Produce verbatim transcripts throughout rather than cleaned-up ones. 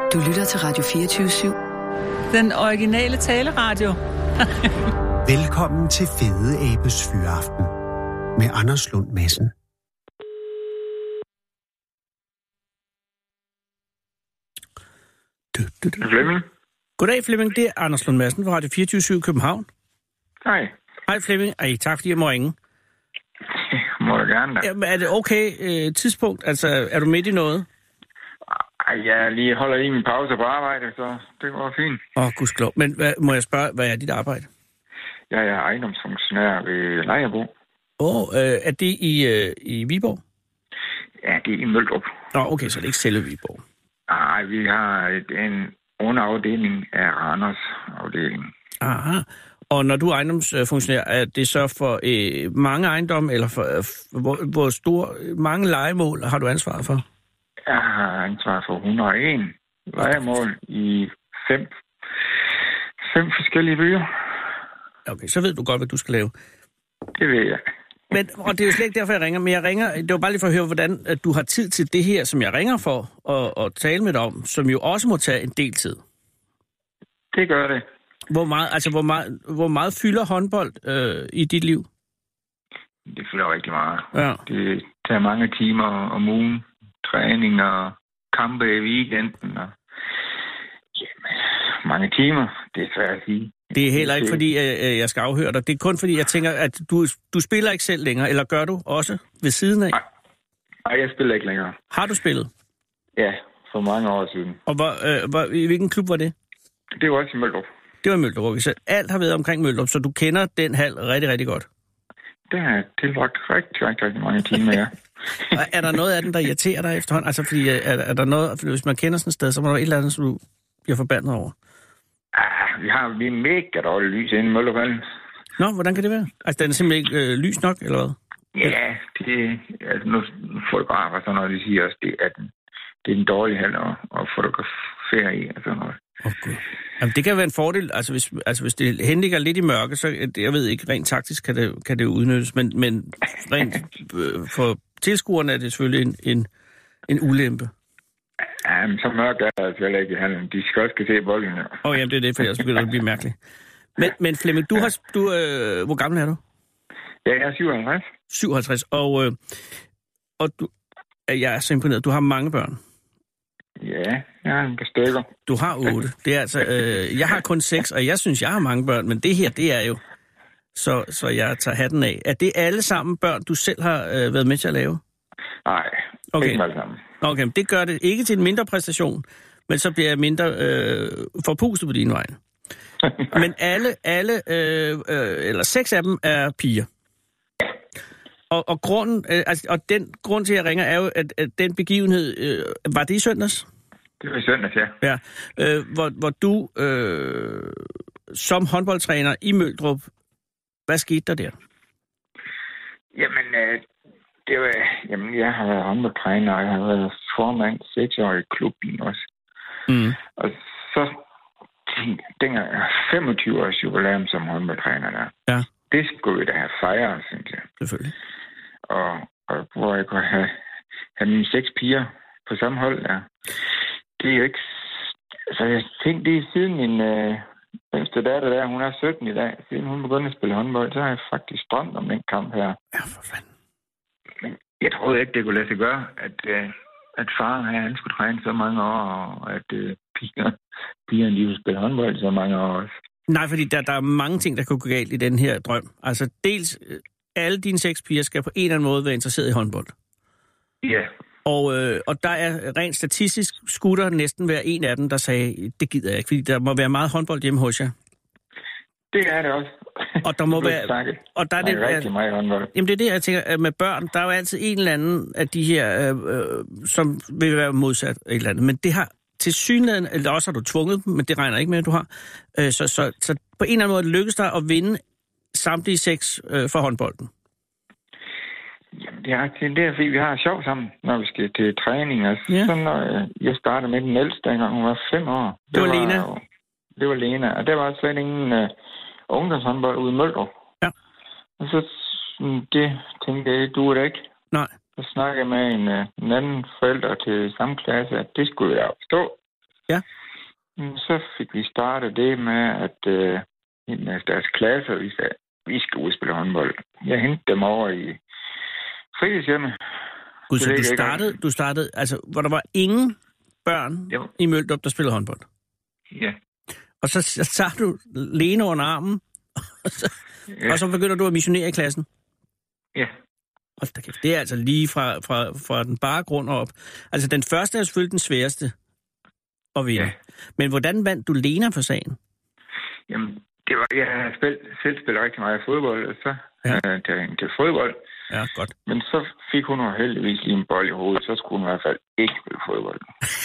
Du lytter til Radio fireogtyve syv. Den originale taleradio. Velkommen til Fede Abes Fyraften med Anders Lund Madsen. Flemming. Goddag Flemming, det er Anders Lund Madsen fra Radio fireogtyve syv København. Hej. Hej Flemming, ej tak fordi jeg må ringe. Må du gerne da. Jamen, er det okay øh, tidspunkt? Altså, er du midt i noget? Ej, jeg lige holder lige min pause på arbejde, så det går fint. Åh, oh, gudskelov. Men hvad, må jeg spørge, hvad er dit arbejde? Jeg er ejendomsfunktionær ved Lejerbo. Åh, oh, øh, er det i, øh, i Viborg? Ja, det er i Møldrup. Nå, okay, så det er ikke selve Viborg. Nej, vi har et, en underafdeling af Randers afdeling. Aha. Og når du er ejendomsfunktionær, er det så for øh, mange ejendomme, eller for, øh, hvor, hvor stor, mange lejemål har du ansvaret for? Jeg har ansvar for et hundrede og en lejemål i fem, fem forskellige byer. Okay, så ved du godt, hvad du skal lave. Det ved jeg. Men, og det er jo slet ikke derfor, jeg ringer, men jeg ringer, det var bare lige for at høre, hvordan at du har tid til det her, som jeg ringer for, og, og tale med dig om, som jo også må tage en del tid. Det gør det. Hvor meget, altså, hvor meget, hvor meget fylder håndbold øh, i dit liv? Det fylder rigtig meget. Ja. Det tager mange timer om ugen. Træning og kampe i weekenden. Og jamen, mange timer, det er svært at sige. Det er heller ikke, fordi øh, jeg skal afhøre dig. Det er kun, fordi jeg tænker, at du, du spiller ikke selv længere, eller gør du også ved siden af? Nej, Nej jeg spiller ikke længere. Har du spillet? Ja, for mange år siden. Og hvor, øh, hvor, i hvilken klub var det? Det var også i Møldrup. Det var i Møldrup. Så alt har været omkring Møldrup, så du kender den hal rigtig, rigtig godt. Det har jeg tilbragt rigtig, rigtig, rigtig mange timer, ja. Er der noget af den, der irriterer dig efterhånden? Altså, fordi er, er der noget, hvis man kender sådan et sted, så må der være et eller andet, som du bliver forbandet over. Ah, vi har vi mega dårligt lys inde i Møllervallen. Nå, hvordan kan det være? Altså, den er simpelthen ikke øh, lys nok, eller hvad? Ja, det altså, nu fotografer sådan noget, de siger også, det er, den, det er en dårlig hal at, at fotografere i, og sådan noget. Åh, Gud. Jamen, det kan være en fordel, altså hvis, altså, hvis det henligger lidt i mørke, så jeg ved ikke, rent taktisk kan det, kan det udnyttes, men, men rent øh, for tilskuerne er det selvfølgelig en, en, en ulempe. Ja, men så mørkt er det heller ikke i handlen. De skal også se bolden. Åh, oh, jamen det er det, for ellers begynder det at blive mærkeligt. Men, men Flemming, du har... Du, øh, hvor gammel er du? Ja, jeg er syvoghalvtreds. syvoghalvtreds, og, øh, og du, jeg er så imponeret. Du har mange børn. Ja, jeg har et par stykker. Du har otte. Det er altså, øh, jeg har kun seks, og jeg synes, jeg har mange børn, men det her, det er jo... Så, så jeg tager hatten af. Er det alle sammen børn, du selv har øh, været med til at lave? Nej, okay. Ikke alle sammen. Okay, men det gør det ikke til en mindre præstation, men så bliver jeg mindre øh, forpustet på din vej. Men alle, alle øh, øh, eller seks af dem er piger. Og, og, grunden, øh, altså, og den grund til, at jeg ringer, er jo, at, at den begivenhed, øh, var det i søndags? Det var i søndags, ja. Ja, øh, hvor, hvor du øh, som håndboldtræner i Møldrup, hvad skete der der? Jamen, øh, det var, jamen, jeg har været håndboldtræner, og jeg har været formand seks år i klubben også. Mm. Og så tænkte jeg, dengang jeg har femogtyve års jubilæum som håndboldtræner der. Ja. Det skulle vi da have fejret, synes jeg. Selvfølgelig. Og, og hvor jeg kunne have, have mine seks piger på samme hold der. Det er jo ikke... Så jeg tænkte lige siden min øh, yngste datter der, hun er sytten i dag, siden hun begyndte at spille håndbold, så har jeg faktisk drømt om den kamp her. Ja, for fanden. Men jeg troede ikke, det kunne lade sig gøre, at, øh, at faren her, han skulle træne så mange år, og at øh, piger, pigerne lige ville spille håndbold så mange år også. Nej, fordi der, der er mange ting, der kunne gå galt i den her drøm. Altså dels, alle dine seks piger skal på en eller anden måde være interesseret i håndbold. Ja. Og, øh, og der er rent statistisk, skulle der næsten være en af dem, der sagde, det gider jeg ikke, fordi der må være meget håndbold hjemme hos jer. Det er det også. Og der må være... Og der er det rigtig meget håndbold. Jamen det er det, jeg tænker, at med børn, der er jo altid en eller anden af de her, øh, øh, som vil være modsat et eller andet. Men det har til synligheden, eller også har du tvunget dem, men det regner ikke med, at du har. Øh, så, så, så på en eller anden måde lykkes der at vinde samtlige seks øh, for håndbolden. Jamen, det er, det er fordi, vi har sjov sammen, når vi skal til træning. Altså, ja. Så når jeg startede med den ældste, dengang hun var fem år. Det, det var, var Lena? Det var Lena, og der var slet ingen uh, ungdomshåndbold ude i Møldrup. Ja. Og så det tænkte jeg, du det ikke. Nej. Så snakkede jeg med en, uh, en anden forælder til samme klasse, at det skulle jeg forstå. Ja. Så fik vi startet det med, at øh, en af deres klasser, vi sagde, vi skal udspille håndbold. Jeg hentede dem over i fritidshjemmet. Gud, så du startede, du startede, altså, hvor der var ingen børn jo. i Møldrup, der spillede håndbold? Ja. Og så, så tager du Lene under armen, og så, ja. og så begynder du at missionere i klassen? Ja. Hold da kæft, det er altså lige fra, fra, fra den bare grund op. Altså, den første er selvfølgelig den sværeste at vinde. Ja. Men hvordan vandt du Lena for sagen? Jamen, det var, jeg har spillet, selv spillet rigtig meget fodbold, og så ja. øh, til, til fodbold. Ja, godt. Men så fik hun jo heldigvis lige en bold i hovedet, så skulle hun i hvert fald ikke spille fodbold.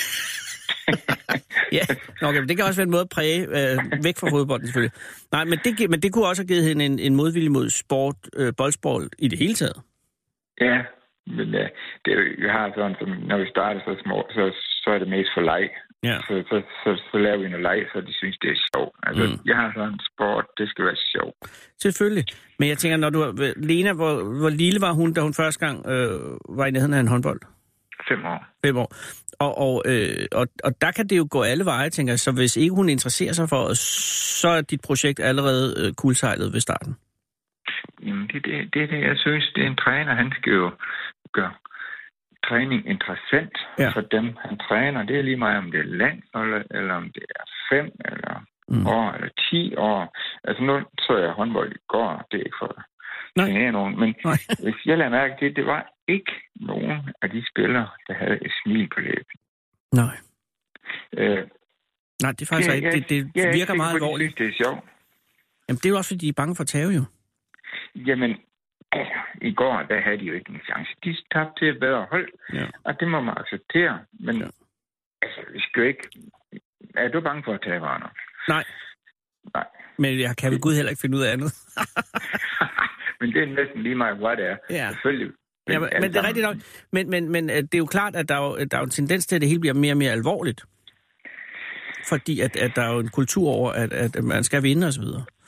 Ja, okay, men det kan også være en måde at præge øh, væk fra fodbolden selvfølgelig. Nej, men det, men det kunne også have givet hende en, en modvilje mod sport, øh, boldsport i det hele taget. Ja, men øh, det, vi har sådan, som når vi starter så små, så, så er det mest for leg. Ja. Så, så, så, så laver vi noget leg, så de synes, det er sjovt. Altså, mm. jeg har sådan en sport, det skal være sjovt. Selvfølgelig. Men jeg tænker, når du... Lena, hvor, hvor lille var hun, da hun første gang øh, var i nærheden af en håndbold? Fem år. Fem år. Og, og, øh, og, og der kan det jo gå alle veje, tænker jeg. Så hvis ikke hun interesserer sig for, så er dit projekt allerede øh, kuldsejlet ved starten. Jamen, det er det, det, det, jeg synes, det er en træner, han skal jo gøre træning interessant ja. for dem, han træner. Det er lige meget, om det er landshold, eller om det er fem, eller mm. år, eller ti år. Altså, nu så jeg håndbold i går, det er ikke for at genere nogen, men Nej. hvis jeg lader mærke til, det var ikke nogen af de spillere, der havde et smil på læben. Nej. Øh, Nej, det er faktisk ikke. Det, det jeg, virker meget alvorligt. Det er sjovt. Jamen, det er jo også, fordi de er bange for at tabe, jo. Jamen, altså, i går, der havde de jo ikke en chance. De tabte til et bedre hold, ja. og det må man acceptere. Men ja. altså, vi skal jo ikke... Er du bange for at tabe, Arne? Nej. Nej. Men jeg kan vel Gud heller ikke finde ud af andet. Men det er næsten lige meget, hvad det er. Ja. Selvfølgelig. Men, ja, men, men det er rigtigt nok. Men, men, men det er jo klart, at der er jo, der er jo en tendens til, at det hele bliver mere og mere alvorligt. Fordi at, at der er jo en kultur over, at, at man skal vinde osv.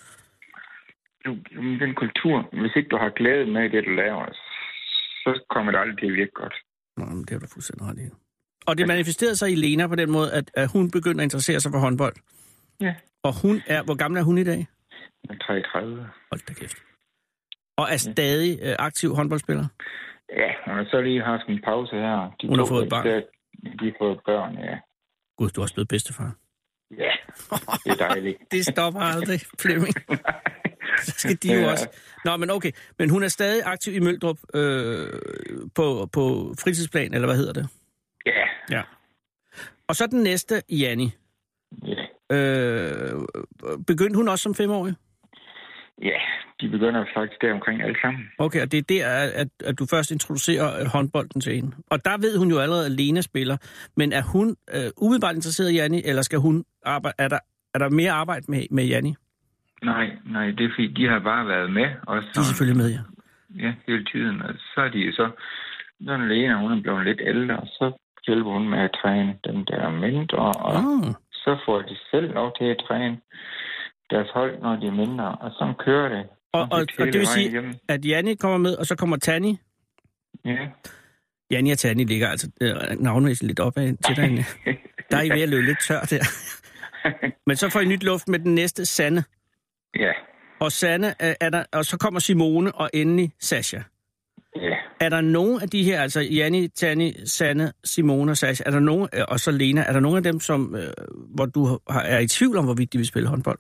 Den kultur, hvis ikke du har glæde med det, du laver, så kommer det aldrig til at virke godt. Nå, men det er du fuldstændig ret i. Og det manifesterede sig i Lena på den måde, at, at hun begyndte at interessere sig for håndbold. Ja. Og hun er, hvor gammel er hun i dag? treogtredive. Hold da kæft. Og er stadig øh, aktiv håndboldspiller? Ja, hun har så lige haft en pause her. De hun har fået et barn? De har fået børn, ja. Gud, du er også blevet bedstefar. Ja, det er dejligt. Det stopper aldrig, Flemming. Så skal de jo ja. også... Nå, men okay. Men hun er stadig aktiv i Møldrup øh, på, på fritidsplan, eller hvad hedder det? Ja. Ja. Og så den næste, Janni. Ja. Øh, begyndte hun også som femårig? Ja, de begynder faktisk der omkring alle sammen. Okay, og det er der, at, at du først introducerer håndbolden til hende. Og der ved hun jo allerede, at Lena spiller. Men er hun øh, umiddelbart interesseret i Janni, eller skal hun arbejde, er, der, er der mere arbejde med, med Janni? Nej, nej, det er fordi, de har bare været med. Også de er selvfølgelig med, ja. Ja, hele tiden. Og så er de jo så... Når Lena, hun er blevet lidt ældre, og så hjælper hun med at træne dem, der er mindre. Og oh. så får de selv lov til at træne deres hold, når de er mindre. Og så kører det. Og, og, og det vil sige, hjemme. At Janni kommer med, og så kommer Tanni? Ja. Janni og Tanni ligger altså øh, navnmæssigt lidt opad til dig. Der er I ved at løbe lidt tørt der. Men så får I nyt luft med den næste, Sanne. Ja. Og Sanne, er, er der, og så kommer Simone og endelig Sasha. Ja. Er der nogen af de her, altså Janni, Tanni, Sanne, Simone og Sasha, er der nogen, og så Lena, er der nogen af dem, som, øh, hvor du har, er i tvivl om, hvorvidt de vil spille håndbold?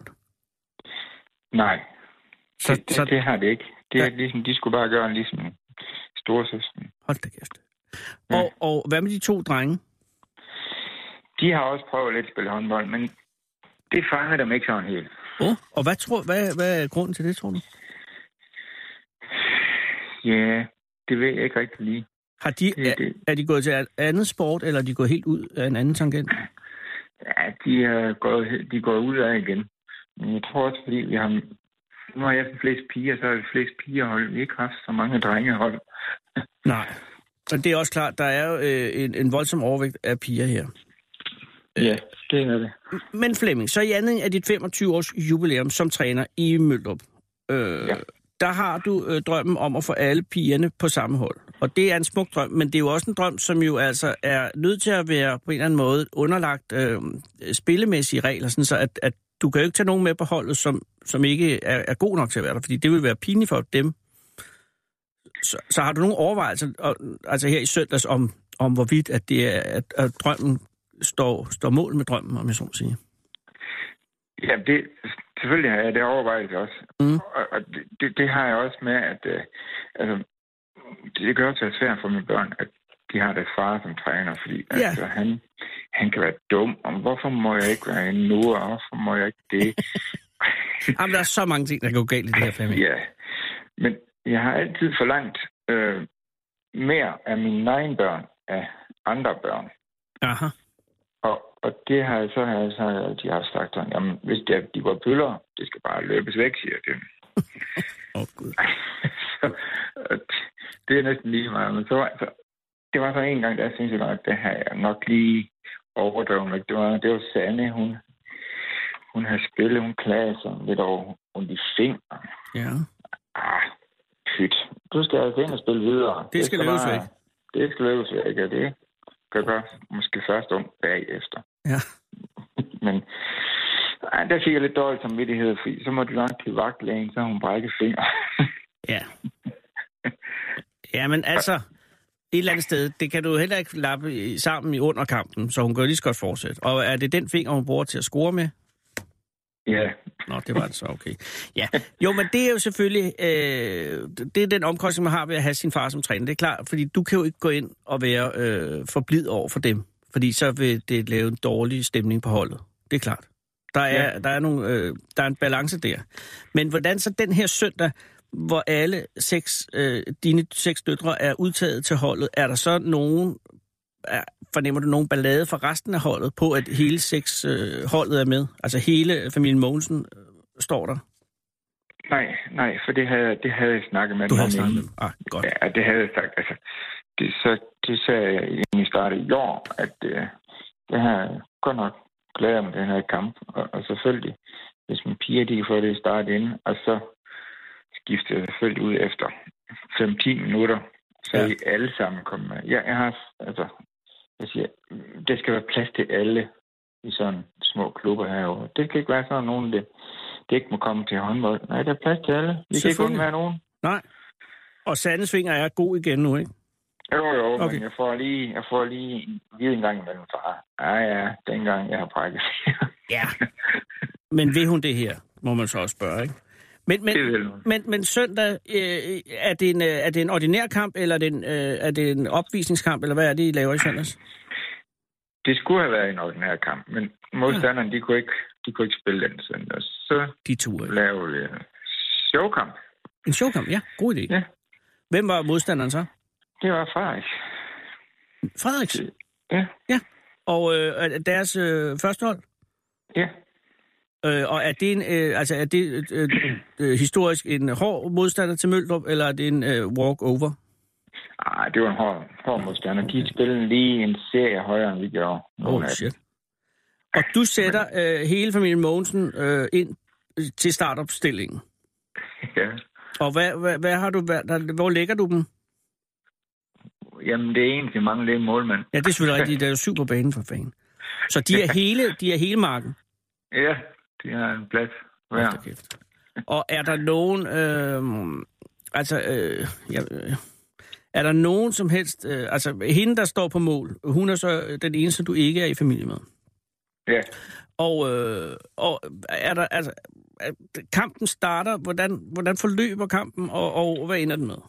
Nej, så, det, det, så, det har det ikke. Det er ja. ligesom, de skulle bare gøre ligesom storesøsten. Hold da kæft. Ja. Og, og hvad med de to drenge? De har også prøvet lidt at spille håndbold, men det fanger dem ikke sådan helt. Oh, og hvad, tror, hvad, hvad er grunden til det, tror du? Ja, det ved jeg ikke rigtig lige. Har de, det, er, det. er de gået til andet sport, eller er de gået helt ud af en anden tangent? Ja, de er gået, de er gået ud af igen. Men jeg tror også, fordi vi har... Nu har jeg flest piger, så er det flest pigerhold. Vi har ikke haft så mange drengehold. Nej, men det er også klart, der er jo øh, en, en voldsom overvægt af piger her. Ja, det er det. Men Flemming, så i anledning af dit femogtyve års jubilæum som træner i Møldrup, øh, ja. der har du øh, drømmen om at få alle pigerne på samme hold. Og det er en smuk drøm, men det er jo også en drøm, som jo altså er nødt til at være på en eller anden måde underlagt øh, spillemæssige regler, sådan så at, at du kan jo ikke tage nogen med på holdet, som, som ikke er, er god nok til at være der, fordi det vil være pinligt for dem. Så, så har du nogle overvejelser, altså her i søndags, om, om hvorvidt, at, det er, at, at drømmen står, står mål med drømmen, om jeg så må sige? Ja, det, selvfølgelig har jeg det overvejet også. Mm. Og, og det, det har jeg også med, at øh, altså, det gør også svært for mine børn, at de har deres far som træner, fordi yeah. altså, han, han kan være dum. Og hvorfor må jeg ikke være inde nu, og hvorfor må jeg ikke det? Jamen, der er så mange ting, der går galt i det her familie. Ja, men jeg har altid forlangt øh, mere af mine egne børn af andre børn. Aha. Og, og det har jeg så, har jeg, så har jeg altid haft sagt sådan, jamen, hvis det er, de var pøller, det skal bare løbes væk, siger det. Åh, oh, Gud. så, det er næsten lige meget. Men så, så, det var så en gang, der synes jeg nok, at det har jeg nok lige overdrevet. Det var, det var Sanne, hun, hun har spillet, hun klagede sådan lidt over ondt i fingre. Ja. Ah, pyt. Du skal altså ind og spille videre. Det, det skal løbes væk. Det skal løbes væk, og det kan jeg gøre måske først om bagefter. Ja. Men ej, der fik jeg lidt dårligt samvittighed, fordi så må du langt til vagtlægen, så hun brækket fingre. Ja. Ja, men altså, et eller andet sted, det kan du heller ikke lappe sammen i underkampen, så hun kan lige så godt fortsætte. Og er det den finger, hun bruger til at score med? Ja. Nå, det var det så, okay. Ja, jo, men det er jo selvfølgelig, øh, det er den omkostning, man har ved at have sin far som træner. Det er klart, fordi du kan jo ikke gå ind og være øh, forblid over for dem, fordi så vil det lave en dårlig stemning på holdet. Det er klart. Der er, ja. der er, nogle, øh, der er en balance der. Men hvordan så den her søndag, hvor alle seks, øh, dine seks døtre er udtaget til holdet, er der så nogen, er, fornemmer du nogen ballade fra resten af holdet på, at hele seks øh, holdet er med? Altså hele familien Mogensen øh, står der? Nej, nej, for det havde, det havde jeg snakket med du dem om. Du havde snakket med dem? Ah, godt. Ja, det havde jeg sagt. Altså, det, så, det sagde jeg inden i starten i år, at øh, det her godt nok glæder mig den her kamp. Og, og selvfølgelig, hvis mine piger, de kan få det startet ind, og så skifter jeg selvfølgelig ud efter fem til ti minutter, så ja. I alle sammen kommer med. Ja, jeg har, altså, jeg siger, det skal være plads til alle i sådan små klubber herovre. Det kan ikke være sådan nogen, det, det ikke må komme til håndbold. Nej, der er plads til alle. Vi kan ikke undvære nogen. Nej. Og Sandes finger er god igen nu, ikke? Jo, jo, okay. Men jeg får lige, jeg får lige vide en gang imellem far. Ja, ja, dengang jeg har brækket. Ja. Men vil hun det her, må man så også spørge, ikke? Men, men, men, men søndag, øh, er, det en, øh, er det en ordinær kamp, eller er det en, øh, er det en opvisningskamp, eller hvad er det, I laver i søndags? Det skulle have været en ordinær kamp, men modstanderne, ja. de, kunne ikke, de kunne ikke spille den søndag. Så de turde lavede vi en showkamp. En showkamp, ja. God idé. Ja. Hvem var modstanderen så? Det var Frederik. Frederiks? Ja. Ja. Og øh, deres øh, første hold? Ja. Øh, og er det, en, øh, altså er det øh, øh, historisk en hård modstander til Møldrup, eller er det en øh, walk-over? Nej, det var en hård, hård modstander. De spillede lige en serie højere, end vi gjorde. Oh, shit. Og du sætter øh, hele familien Mogensen øh, ind til startopstillingen? Ja. Og hvad, hvad, hvad har du, hvad, hvor lægger du dem? Jamen, det er egentlig mange læge målmænd. Ja, det er selvfølgelig rigtigt. Det er jo syv på banen for fanden. Så de er hele, de er hele marken? Ja, de har en plads hver. Og er der nogen, øh, altså, øh, ja, øh, er der nogen som helst, øh, altså hende, der står på mål, hun er så den eneste, du ikke er i familie med? Ja. Og, øh, og er der, altså, kampen starter, hvordan, hvordan forløber kampen, og, og hvad ender den med?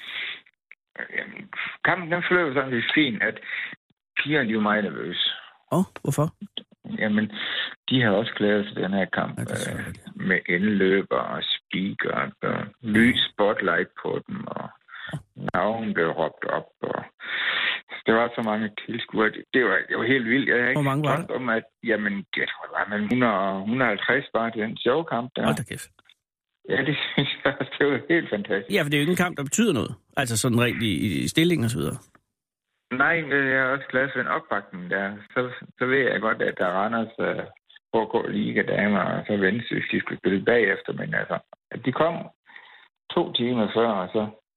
Jamen, kampen, den forløber sådan lidt fint, at pigerne, de er jo meget nervøse. Åh, oh, hvorfor? Jamen, de har også glædet til den her kamp ja, øh, med indløber og speaker og lys spotlight på dem, og navn blev råbt op, og der var så mange tilskuere. Det var, det var helt vildt. Jeg havde ikke Hvor mange var det? om, at jamen, jeg tror, det var mellem hundrede og et hundrede og halvtreds bare til den showkamp der. Hold da kæft. Ja, det synes jeg også. Det var helt fantastisk. Ja, for det er jo ikke en kamp, der betyder noget. Altså sådan rent i, i stilling og så videre. Nej, jeg er også glad for en opbakning der. Så, så ved jeg godt, at der er Randers uh, H K Liga damer, og så Vendsyssel, de skulle spille bagefter. Men altså, at de kom to timer før, og så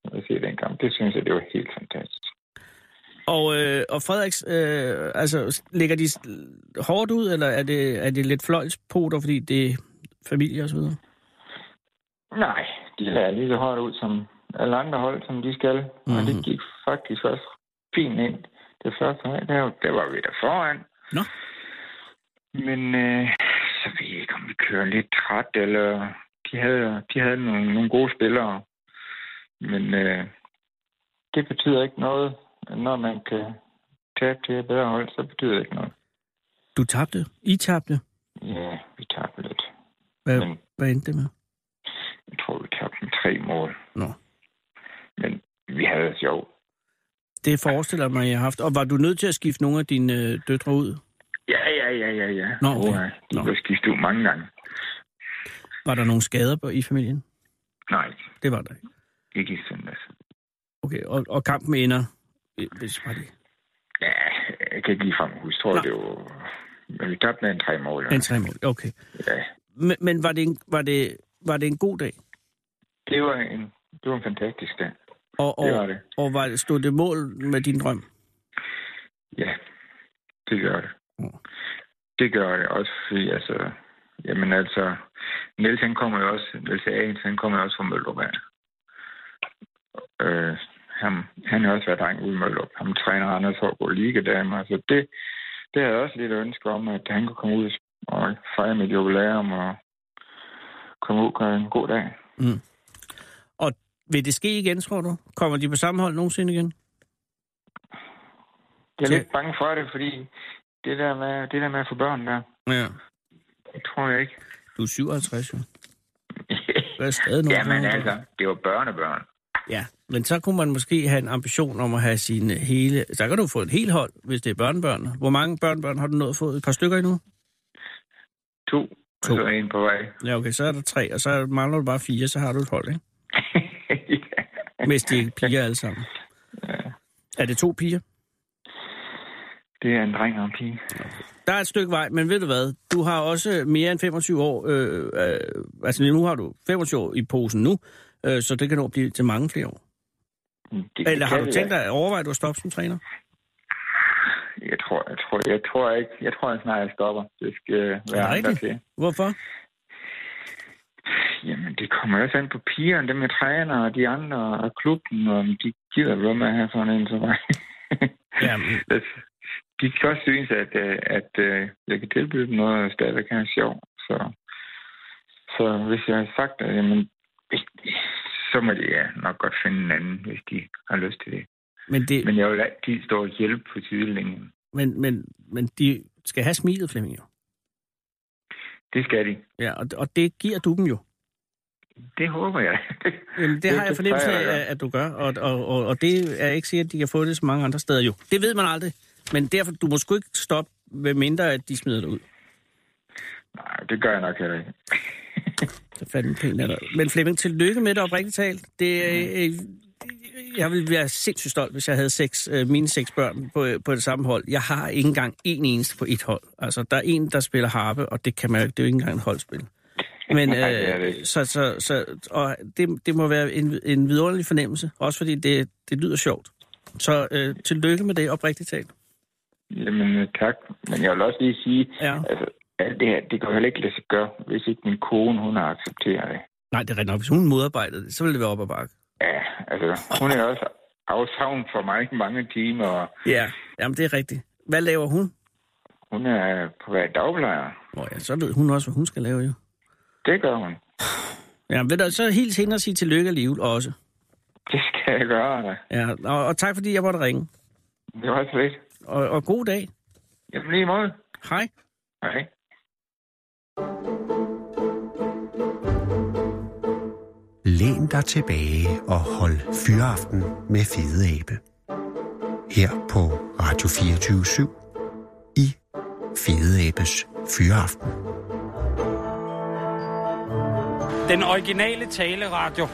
at se den kamp. Det synes jeg, det var helt fantastisk. Og, øh, og Frederiks, øh, altså, lægger de hårdt ud, eller er det, er det lidt fløjlspoter, fordi det er familie og så videre? Nej, de lader lige så hårdt ud som alle andre hold, som de skal. Mm-hmm. Og det gik faktisk også fint ind. Det første hold, der, der var vi der foran. Nå. Men øh, så ved jeg ikke, om vi kører lidt træt, eller de havde, de havde nogle, nogle gode spillere. Men øh, det betyder ikke noget. Når man kan tabe til et bedre hold, så betyder det ikke noget. Du tabte? I tabte? Ja, vi tabte lidt. Hvad, Men, hvad endte det med? Jeg tror, vi tabte med tre mål. Nå. Men vi havde det sjovt. Det forestiller mig, jeg har haft. Og var du nødt til at skifte nogle af dine øh, døtre ud? Ja, ja, ja, ja, ja. Nå, okay. Oh, de blev skiftet ud mange gange. Var der nogle skader på, i familien? Nej. Det var der ikke? Ikke i søndags. Okay, og, og kampen ender... Hvis var det... Ja, jeg kan ikke lige frem huske. Jeg tror, det var... Men vi tabte med en tre mål. Ja. En tre mål, okay. Ja. Men, men var, det en, var, det, var det en god dag? Det var en, det var en fantastisk dag. Og, og, det var det. Og var det, stod det mål med din drøm? Ja, det gør det. Mm. Det gør det også, fordi altså... Jamen altså... Niels, han kommer jo også... Niels Agens, han kommer jo også fra Møllerup. Øh... Han, han har også været dreng ude i Møllerup. Han træner Anders Hårgaard Liga-damer. Så det, det havde jeg også lidt ønske om, at han kunne komme ud og fejre mit jubilæum og komme ud og en god dag. Mm. Og vil det ske igen, tror du? Kommer de på samme hold nogensinde igen? Jeg er lidt bange for det, fordi det der med, det der med at få børn der, ja. Det tror jeg ikke. Du er syvoghalvtreds, jo. Hvad er stadig noget? Jamen altså, det var børnebørn. Ja, men så kunne man måske have en ambition om at have sine hele... Så kan du få et helt hold, hvis det er børnebørn. Hvor mange børnebørn har du nået at få? Et par stykker endnu? To, og to. Så en på vej. Ja, okay, så er der tre, og så mangler du bare fire, så har du et hold, ikke? Ja. Hvis de er piger alle sammen. Ja. Er det to piger? Det er en dreng og en pige. Okay. Der er et stykke vej, men ved du hvad? Du har også mere end femogtyve år... Øh, øh, altså nu har du femogtyve år i posen nu, øh, så det kan nå blive til mange flere år. Det, Eller har du tænkt dig at overveje, at du stoppe som træner? Jeg tror, jeg tror, jeg tror ikke. Jeg tror, jeg snart jeg stopper. Det skal være andre til. Hvorfor? Jamen, det kommer også an på pigerne, dem jeg træner, og de andre, og klubben, og de gider vel med at have sådan en, så mig. Jamen. De kan også synes, at, at, at, at jeg kan tilbyde dem noget, og stadigvæk have sjov. Så, så hvis jeg har sagt det, jamen, så må de ja, nok godt finde en anden, hvis de har lyst til det. Men, det... men jeg vil altid stå og hjælpe på sidelinjen. Men, men, men de skal have smilet, Flemming, jo. Det skal de. Ja, og, og det giver du dem jo. Det håber jeg. Jamen, det, det har jeg fornemmelse af, at du gør, og, og, og, og det er ikke sikkert, at de kan få det så mange andre steder jo. Det ved man aldrig. Men derfor, du må sgu ikke stoppe, ved mindre, at de smider dig ud. Nej, det gør jeg nok heller ikke. Så fandme pænt er der. Men Flemming, tillykke med det oprigtigt talt. Det, øh, jeg ville være sindssygt stolt, hvis jeg havde seks, øh, mine seks børn på, på det samme hold. Jeg har ikke engang en eneste på et hold. Altså, der er en, der spiller harpe, og det kan man det er jo ikke engang et holdspil. Men Nej, det er det øh, så, så, så og det, det må være en, en vidunderlig fornemmelse, også fordi det, det lyder sjovt. Så øh, tillykke med det oprigtigt talt. Jamen, tak. Men jeg vil også lige sige, ja. altså, alt det her, det kan jo heller ikke lade sig gøre, hvis ikke min kone, hun har accepteret det. Nej, det er rigtigt nok. Hvis hun modarbejdede det, så ville det være op ad bakke. Ja, altså, hun er også afsavnet for mig mange timer. Og... Ja, jamen det er rigtigt. Hvad laver hun? Hun er på hver dagplejer. Nå ja, så ved hun også, hvad hun skal lave, jo. Det gør hun. Ja, ved du, så hils hende og sige tillykke alligevel også. Det skal jeg gøre, da. Ja, og, og tak fordi jeg måtte ringe. Det var så lidt. Og, og god dag. Jamen lige måde. Hej. Hej. Læn dig tilbage og hold fyraften med Fede Abe. Her på Radio fireogtyve syv i Fede Abes Fyraften. Den originale taleradio.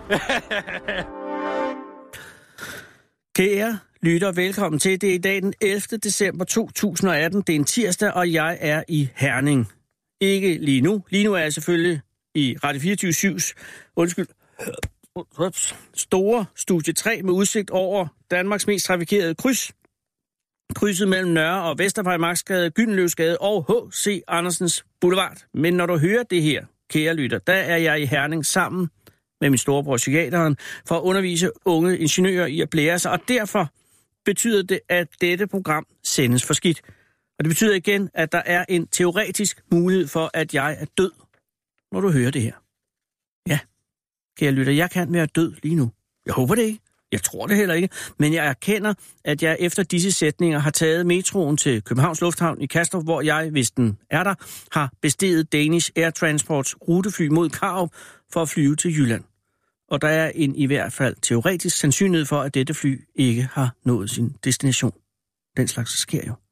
Kære lytter, velkommen til. Det er i dag den ellevte december to tusind og atten. Det er en tirsdag, og jeg er i Herning. Ikke lige nu. Lige nu er jeg selvfølgelig i Radio fireogtyve syvs, undskyld, store studie tre med udsigt over Danmarks mest trafikerede kryds. Krydset mellem Nørre og Vestervejmarksgade, Gyldenløvsgade og H C Andersens Boulevard. Men når du hører det her, kære lytter, der er jeg i Herning sammen med min storebror psykiateren for at undervise unge ingeniører i at blære sig, og derfor betyder det, at dette program sendes for skidt. Og det betyder igen, at der er en teoretisk mulighed for, at jeg er død, når du hører det her. Ja, kære lytter, jeg kan være død lige nu. Jeg håber det ikke. Jeg tror det heller ikke. Men jeg erkender, at jeg efter disse sætninger har taget metroen til Københavns Lufthavn i Kastrup, hvor jeg, hvis den er der, har besteget Danish Air Transports rutefly mod Karup for at flyve til Jylland. Og der er en i hvert fald teoretisk sandsynlighed for, at dette fly ikke har nået sin destination. Den slags sker jo.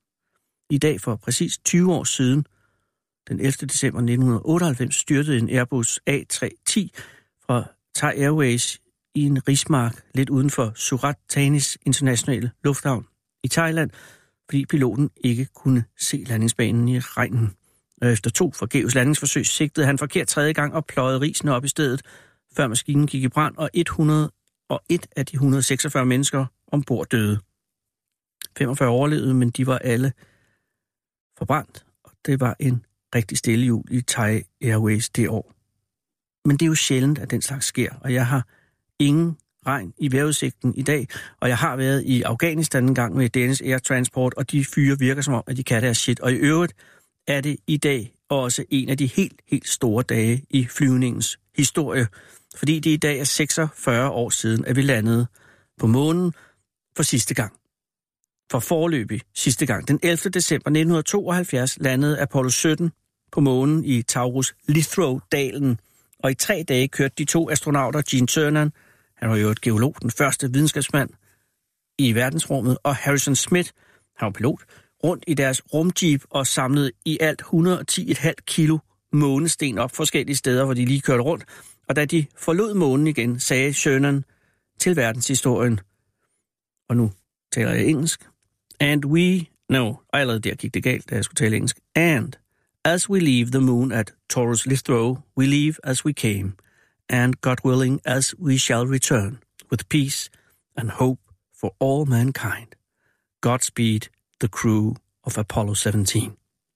I dag for præcis tyve år siden, den ellevte december nitten otteoghalvfems, styrtede en Airbus A tre ti fra Thai Airways i en rismark lidt uden for Surat Thani's internationale lufthavn i Thailand, fordi piloten ikke kunne se landingsbanen i regnen. Og efter to forgæves landingsforsøg sigtede han forkert tredje gang og pløjede risen op i stedet, før maskinen gik i brand, og et hundrede og en af de et hundrede og seksogfyrre mennesker ombord døde. femogfyrre overlevede, men de var alle forbrændt, og det var en rigtig stille jul i Thai Airways det år. Men det er jo sjældent, at den slags sker, og jeg har ingen regn i vejrudsigten i dag, og jeg har været i Afghanistan en gang med Danish Air Transport, og de fyre virker som om, at de kan deres shit. Og i øvrigt er det i dag også en af de helt, helt store dage i flyvningens historie, fordi det i dag er seksogfyrre år siden, at vi landede på månen for sidste gang. For foreløbig sidste gang. Den ellevte december nitten tooghalvfjerds landede Apollo sytten på månen i Taurus Lithrow-dalen, og i tre dage kørte de to astronauter, Gene Cernan, han var jo et geolog, den første videnskabsmand i verdensrummet, og Harrison Smith, han var pilot, rundt i deres rumjeep og samlede i alt et hundrede og ti komma fem kilo månesten op forskellige steder, hvor de lige kørte rundt. Og da de forlod månen igen, sagde Cernan til verdenshistorien, og nu taler jeg engelsk, and we, no, allerede der gik det galt, da jeg skulle tale engelsk, and as we leave the moon at Taurus Lithrow, we leave as we came, and God willing, as we shall return, with peace and hope for all mankind. Godspeed, the crew of Apollo sytten.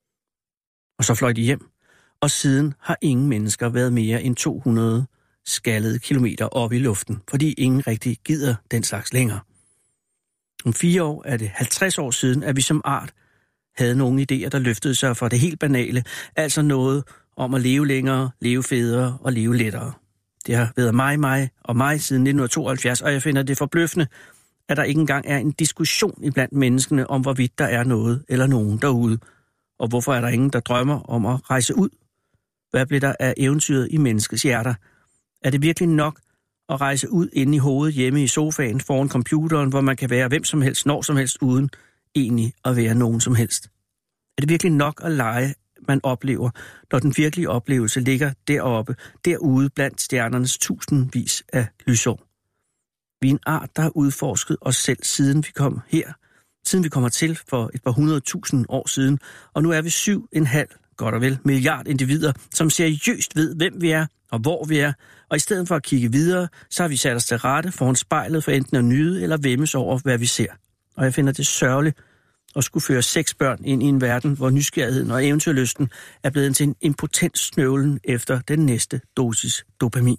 Og så fløj de hjem, og siden har ingen mennesker været mere end to hundrede skallede kilometer op i luften, fordi ingen rigtig gider den slags længere. Om fire år er det halvtreds år siden, at vi som art havde nogle idéer, der løftede sig for det helt banale, altså noget om at leve længere, leve federe og leve lettere. Det har været mig, mig og mig siden nitten tooghalvfjerds, og jeg finder det forbløffende, at der ikke engang er en diskussion iblandt menneskene om, hvorvidt der er noget eller nogen derude. Og hvorfor er der ingen, der drømmer om at rejse ud? Hvad bliver der af eventyret i menneskets hjerter? Er det virkelig nok at rejse ud inde i hovedet hjemme i sofaen foran computeren, hvor man kan være hvem som helst, når som helst, uden egentlig at være nogen som helst? Er det virkelig nok at lege, man oplever, når den virkelige oplevelse ligger deroppe, derude blandt stjernernes tusindvis af lysår? Vi er en art, der har udforsket os selv, siden vi kom her, siden vi kommer til for et par hundrede tusind år siden, og nu er vi syv en halv, godt og vel, milliard individer, som seriøst ved, hvem vi er og hvor vi er, og i stedet for at kigge videre, så har vi sat os til rette foran spejlet for enten at nyde eller væmmes over, hvad vi ser. Og jeg finder det sørgeligt at skulle føre seks børn ind i en verden, hvor nysgerrigheden og eventyrlysten er blevet til en impotent snøvlen efter den næste dosis dopamin.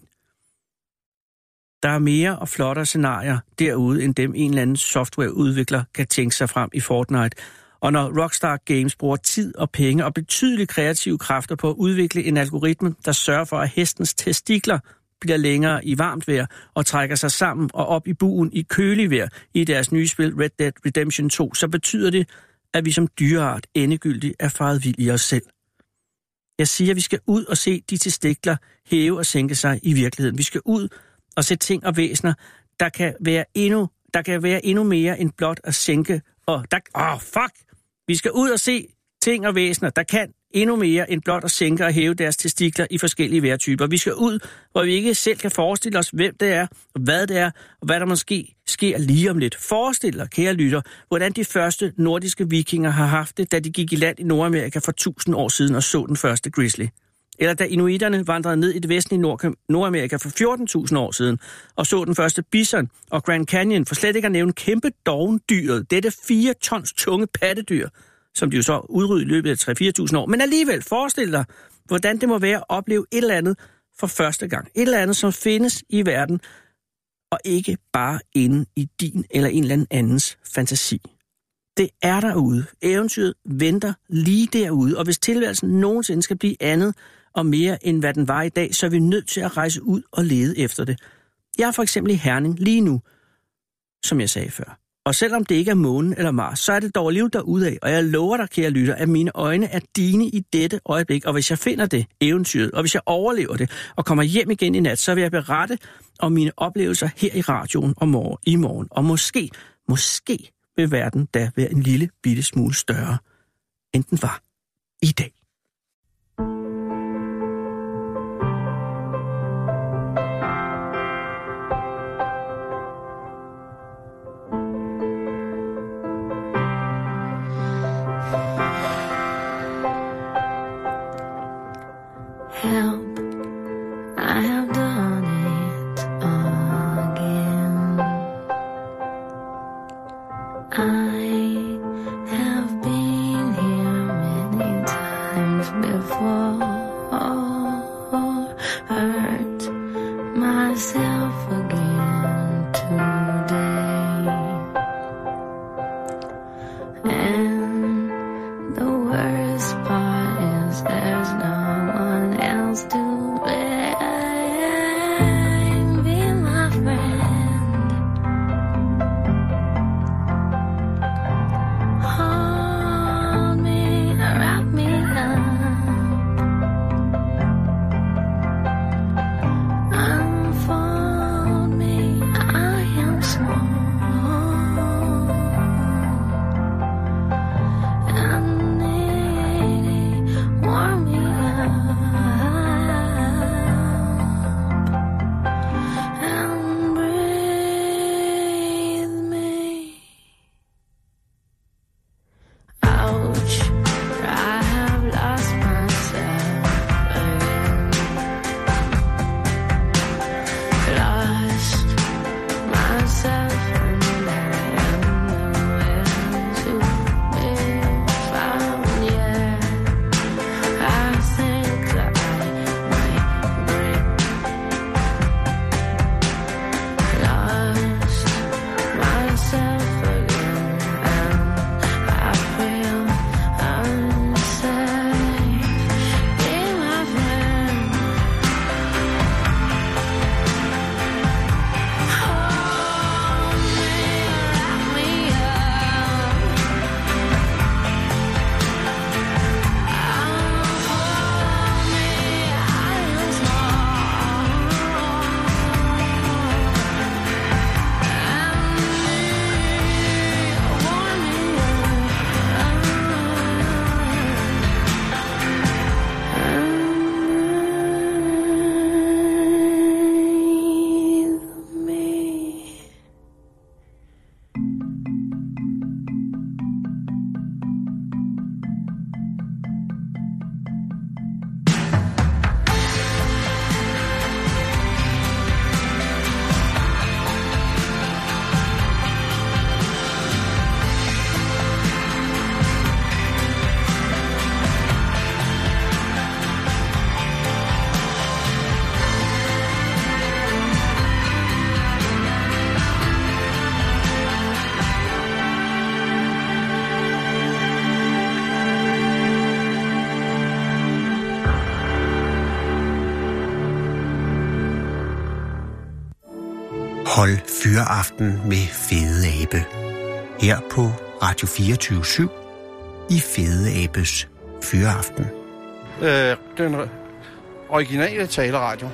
Der er mere og flottere scenarier derude, end dem en eller anden softwareudvikler kan tænke sig frem i Fortnite. Og når Rockstar Games bruger tid og penge og betydelige kreative kræfter på at udvikle en algoritme, der sørger for, at hestens testikler bliver længere i varmt vejr og trækker sig sammen og op i buen i kølig vejr i deres nye spil Red Dead Redemption to, så betyder det, at vi som dyreart endegyldigt er faret vild i os selv. Jeg siger, at vi skal ud og se de testikler hæve og sænke sig i virkeligheden. Vi skal ud og se ting og væsener, der kan være endnu, der kan være endnu mere end blot at sænke. Og der, åh, oh, fuck! Vi skal ud og se ting og væsener, der kan endnu mere end blot at sænke og hæve deres testikler i forskellige vejrtyper. Vi skal ud, hvor vi ikke selv kan forestille os, hvem det er, og hvad det er, og hvad der måske sker lige om lidt. Forestil dig, kære lytter, hvordan de første nordiske vikinger har haft det, da de gik i land i Nordamerika for tusind år siden og så den første grizzly. Eller da inuiterne vandrede ned i det vestlige Nord- Nordamerika for fjorten tusind år siden, og så den første bison og Grand Canyon, for slet ikke at nævne kæmpe dovendyret, dette fire tons tunge pattedyr, som de jo så udryddede i løbet af tre til fire tusind år. Men alligevel, forestil dig, hvordan det må være at opleve et eller andet for første gang. Et eller andet, som findes i verden, og ikke bare inde i din eller en eller andens fantasi. Det er derude. Eventyret venter lige derude, og hvis tilværelsen nogensinde skal blive andet og mere end hvad den var i dag, så er vi nødt til at rejse ud og lede efter det. Jeg er for eksempel i Herning lige nu, som jeg sagde før. Og selvom det ikke er månen eller Mars, så er det dog liv derudad, og jeg lover dig, kære lytter, at mine øjne er dine i dette øjeblik, og hvis jeg finder det, eventyret, og hvis jeg overlever det, og kommer hjem igen i nat, så vil jeg berette om mine oplevelser her i radioen og morgen, i morgen, og måske, måske vil verden da være en lille bitte smule større, end den var i dag. Help, I have done it again. I have been here many times before, hurt myself again today. And the worst part is there's no one else to blame. Be my friend. Hold me, wrap me up. Unfold me, I am small. And needy, warm me up. And breathe me. Ouch, I have lost myself again. Lost myself and I am nowhere to be found. Yeah, I think that I might break. Lost myself again and I feel unsafe. Be my friend. Hold me, wrap me up. Unfold me, I am small. And need, warm me up. And breathe me. Hold Fyraften med Fede Abe. Her på Radio fireogtyve syv i Fede Abes Fyraften. Øh, den originale taleradio.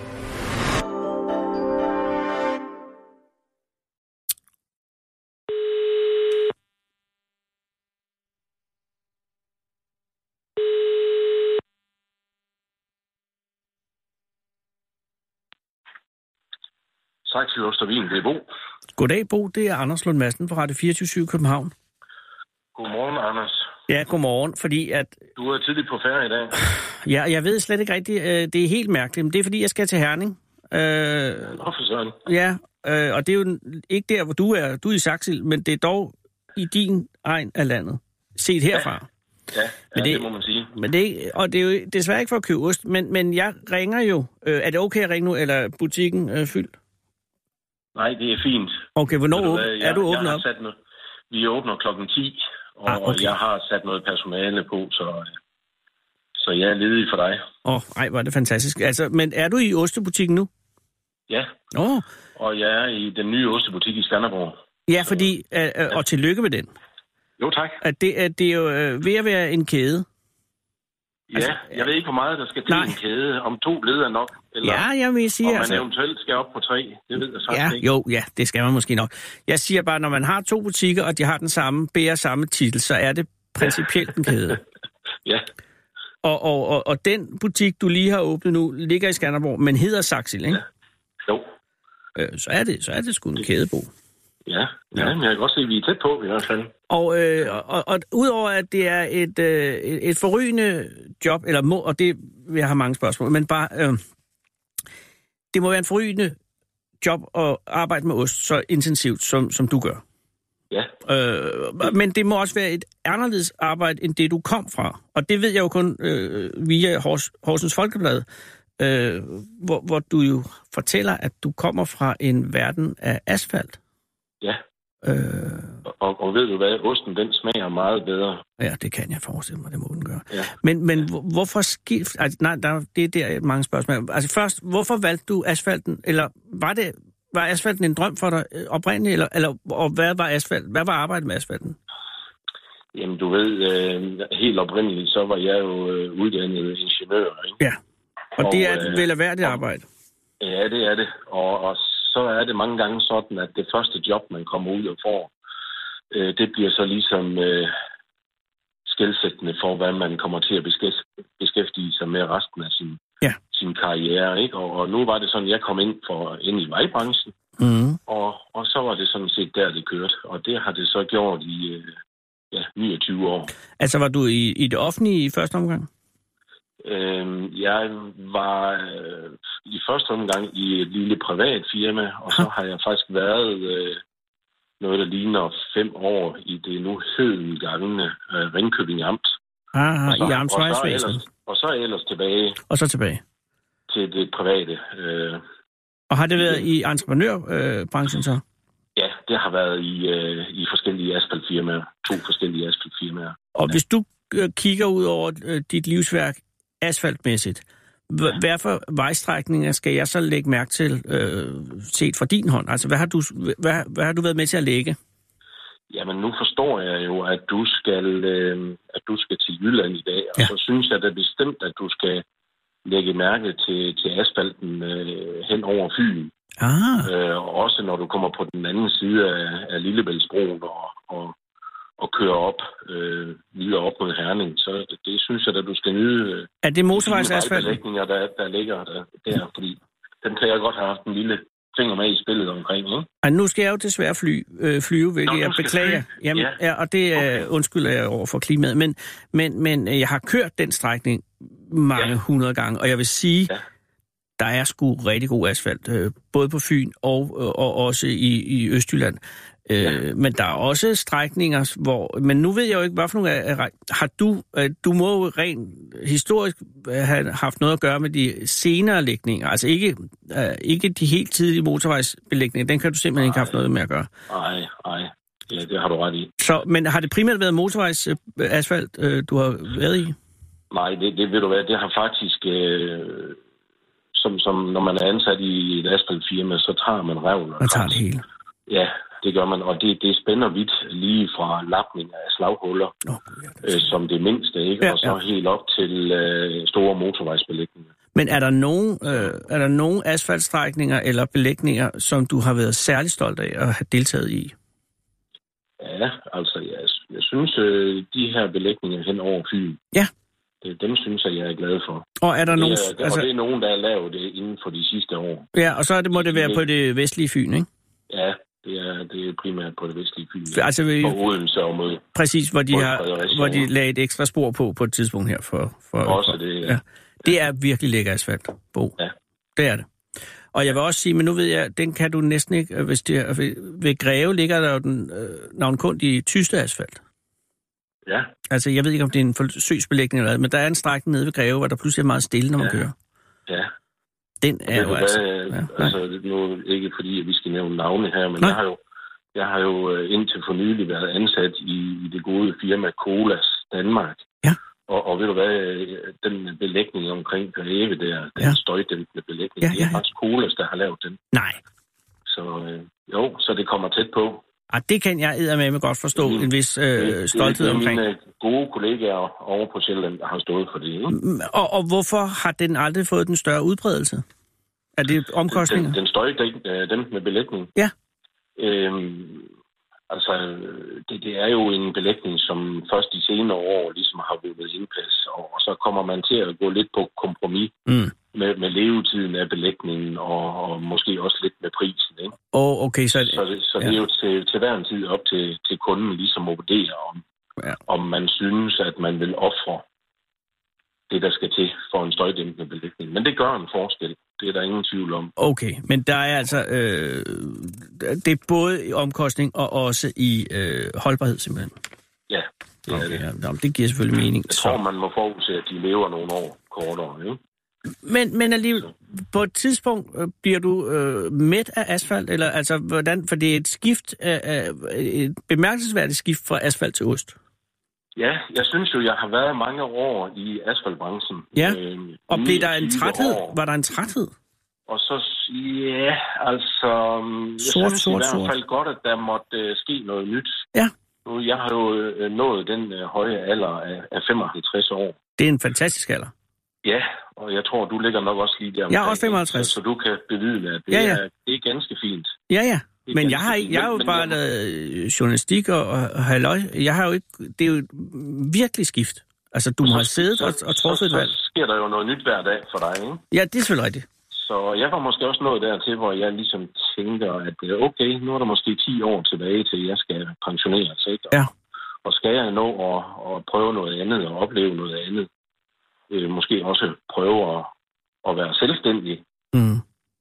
Taxi Østervin, det er Bo. Goddag, Bo. Det er Anders Lund Madsen fra Radio fireogtyve syv København. Godmorgen, Anders. Ja, godmorgen, fordi at... Du er tidligt på ferie i dag. Ja, jeg ved slet ikke rigtigt. Øh, det er helt mærkeligt, men det er fordi, jeg skal til Herning. Øh, Hvorfor sådan? ja, øh, og det er jo ikke der, hvor du er. Du er i Saxil, men det er dog i din egen af landet. Set herfra. Ja, ja, men det, det, det må man sige. Men det, og det er jo desværre ikke for at købe ost, men, men jeg ringer jo. Øh, er det okay at ringe nu, eller er butikken øh, fyldt? Nej, det er fint. Okay, hvornår Ved du åbner, hvad, er du jeg åbnet har op? sat noget, vi åbner klokken ti, og Ah, okay. jeg har sat noget personale på, så, så jeg er ledig for dig. Åh, oh, ej, hvor er det fantastisk. Altså, men er du i ostebutikken nu? Ja, Åh, oh, og jeg er i den nye ostebutik i Skanderborg. ja, fordi, øh, øh, og tillykke med den. Jo, tak. At det, at det er jo øh, ved at være en kæde. Ja, Altså, jeg ved ikke, hvor meget der skal til nej. en kæde. Om to led er nok, eller Ja, jeg vil sige, om man altså... eventuelt skal op på tre. Det ved jeg faktisk Ja, ikke. jo, ja, det skal man måske nok. Jeg siger bare, når man har to butikker, og de har den samme, bærer samme titel, så er det principielt en kæde. Ja, Og, og, og, og den butik, du lige har åbnet nu, ligger i Skanderborg, men hedder Saxil, ikke? jo. Øh, så er det, så er det sgu en kædebo. Ja, ja, men jeg kan godt se, at vi er tæt på i hvert fald. Og, øh, og, og, og udover at det er et, øh, et, et forrygende job, eller må, og det vil jeg have mange spørgsmål, men bare, øh, det må være en forrygende job at arbejde med ost så intensivt, som, som du gør. Ja, Øh, men det må også være et anderledes arbejde, end det du kom fra. Og det ved jeg jo kun øh, via Hors, Horsens Folkeblad, øh, hvor, hvor du jo fortæller, at du kommer fra en verden af asfalt. ja. Øh, Og, og ved du hvad, osten den smager meget bedre. ja, det kan jeg forestille mig, det må den gøre. Ja. Men, men hvor- hvorfor skift... Altså, nej, der, det er der mange spørgsmål. Altså først, hvorfor valgte du asfalten? Eller var det var asfalten en drøm for dig øh, oprindeligt? Eller, eller og hvad var asfalt? Hvad var arbejdet med asfalten? Jamen du ved, øh, helt oprindeligt, så var jeg jo øh, uddannet ingeniør, ikke? Ja. Og, og det er Og, et øh, velaværdigt arbejde. Ja, det er det. Og, og så er det mange gange sådan, at det første job, man kommer ud og får, øh, det bliver så ligesom øh, skelsættende for, hvad man kommer til at beskæftige, beskæftige sig med resten af sin, Ja. sin karriere, ikke? Og, og nu var det sådan, at jeg kom ind, for, ind i vejbranchen, Mm. og, og så var det sådan set der, det kørte. Og det har det så gjort i øh, ja, niogtyve år. Altså var du i, i det offentlige i første omgang? Øh, jeg var øh, i første omgang i et lille privat firma, og så har jeg faktisk været øh, noget, der ligner fem år i det nu hedengangne øh, Ringkøbing Amt. Ah, Og så- i og så amtsvejsvæsenet. ellers- Og så ellers tilbage Og så tilbage. til det private. Øh, Og har det været i entreprenørbranchen så? ja, det har været i, øh, i forskellige asfaltfirmaer. To forskellige asfaltfirmaer. Og hvis du øh, kigger ud over øh, dit livsværk asfaltmæssigt, h- hvad for vejstrækninger skal jeg så lægge mærke til, øh, set fra din hånd? Altså, hvad har, du, hvad, hvad har du været med til at lægge? Jamen, nu forstår jeg jo, at du skal, øh, at du skal til Jylland i dag, og Ja. så synes jeg da bestemt, at du skal lægge mærke til, til asfalten øh, hen over Fyn. Ah, Øh, og også når du kommer på den anden side af, af Lillebæltsbroen og, og, og kører op, øh, videre op mod Herning, så det, det synes jeg, at du skal nyde øh, er det de motorvejsasfalten? vejbelægninger, der, der ligger der, der, fordi den kan jeg godt have haft en lille finger med i spillet omkring, ikke? Ej, nu skal jeg jo desværre fly, øh, flyve, hvilket Nå, jeg du skal beklager. flyve. Jamen, Ja. ja, og det øh, undskylder jeg over for klimaet. Men, men, men øh, jeg har kørt den strækning mange Ja. hundrede gange, og jeg vil sige, Ja. der er sgu rigtig god asfalt, øh, både på Fyn og, og, og også i, i Østjylland. Øh, Ja. Men der er også strækninger, hvor... Men nu ved jeg jo ikke, hvad for nogle... af- af- Har du... øh, Du må jo rent historisk have haft noget at gøre med de senere lægninger. Altså ikke, øh, ikke de helt tidlige motorvejsbelægninger. Den kan du simpelthen ikke have haft noget med at gøre. Ej, ej. Ja, det har du ret i. Så, men har det primært været motorvejsasfalt, øh, du har været i? Nej, det, det ved du hvad, det har faktisk... Øh, som, som når man er ansat i et asfaltfirma, så tager man revlen. Man tager det hele. Ja, det gør man, og det, det spænder vidt lige fra lapning af slaghuller, Åh, Gud, ja, det er øh, som det mindste, ikke? Ja, Og så helt op til øh, store motorvejsbelægninger. Men er der nogen, øh, er der nogen asfaltstrækninger eller belægninger, som du har været særlig stolt af at have deltaget i? Ja, altså, jeg, jeg synes, øh, de her belægninger hen over Fyn, Ja. det, dem synes jeg, jeg er glad for. Og er der Det nogen... er, det, Altså, og det er nogen, der er lavet det inden for de sidste år. ja, og så er det, må det være på det vestlige Fyn, ikke? Ja, Det er, det er primært på det vestlige Fyn. For, altså, vi, og Odense og mod. Præcis, hvor de, mod har, hvor de lagde et ekstra spor på på et tidspunkt her. For, for, Også for, det, ja. ja. Det er virkelig lækker asfalt, Bo. Ja. Det er det. Og jeg vil også sige, men nu ved jeg, den kan du næsten ikke, hvis det er, ved, ved Greve ligger der jo den øh, navnkundige tyste asfalt. Ja. Altså, jeg ved ikke, om det er en forsøgsbelægning eller hvad, men der er en strækning nede ved Greve, hvor der pludselig er meget stille, når man ja. kører. Ja. Den er jo hvad, altså... Ja, ja, altså, nu ikke fordi, at vi skal nævne navne her, men nej. jeg har jo, jeg har jo indtil for nylig været ansat i, i det gode firma Colas Danmark. Ja. Og, og ved du hvad, den belægning omkring Greve der, den ja. støjdæmpende belægning, ja, ja, ja. det er faktisk Colas, der har lavet den. Nej. Så øh, jo, så det kommer tæt på. Ah, det kan jeg eddermame godt forstå, mm. en vis øh, stolthed det, det omkring. Mine gode kollegaer over på Sjælland har stået for det. Ikke? Og, og hvorfor har den aldrig fået den større udbredelse? Er det omkostninger? Den, den støjdæmpende belægning? Ja. Øhm, altså, det, det er jo en belægning, som først de senere år ligesom har vundet indpas, og, og så kommer man til at gå lidt på kompromis mm. med, med levetiden af belægningen, og, og måske også lidt med prisen. Ikke? Oh, okay, så, så, det, så ja. det er jo til, til hver en tid op til, til kunden ligesom at vurdere, om, ja. om man synes, at man vil ofre det, der skal til for en støjdæmpende belægning. Men det gør en forskel. Det er der ingen tvivl om. Okay, men der er altså... Øh, det er både i omkostning og også i øh, holdbarhed, simpelthen. Ja, det okay, er det. Ja, det giver selvfølgelig mening. Jeg tror, man må forudse, at de lever nogle år kortere, ikke? Men, men alligevel, på et tidspunkt øh, bliver du øh, mæt af asfalt, eller altså, hvordan... For det er et skift, af, et bemærkelsesværdigt skift fra asfalt til ost. Ja, jeg synes jo, jeg har været mange år i asfaltbranchen. Ja, øh, og blev der en træthed? År. Var der en træthed? Og så, ja, altså... Jeg sort, synes sort, i hvert fald sort. Godt, at der måtte øh, ske noget nyt. Ja. Nu, jeg har jo øh, nået den øh, høje alder af, af femoghalvtreds år. Det er en fantastisk alder. Ja, og jeg tror, du ligger nok også lige der. Jeg er også femoghalvtreds. Så, så du kan bevidne, at det, ja, ja. Er, det er ganske fint. Ja, ja. Men jeg har ikke, jeg har jo men, bare men, lavet journalistik og, og halløj. Jeg har jo ikke, det er jo virkelig skift. Altså, du må have siddet og, og truffet et valg. Så sker der jo noget nyt hver dag for dig, ikke? Ja, det er selvfølgelig rigtigt. Så jeg var måske også nået dertil, hvor jeg ligesom tænker, at okay, nu er der måske ti år tilbage til, jeg skal pensioneres, ikke? Ja. Og skal jeg nå at, at prøve noget andet og opleve noget andet? Øh, måske også prøve at, at være selvstændig. Mm.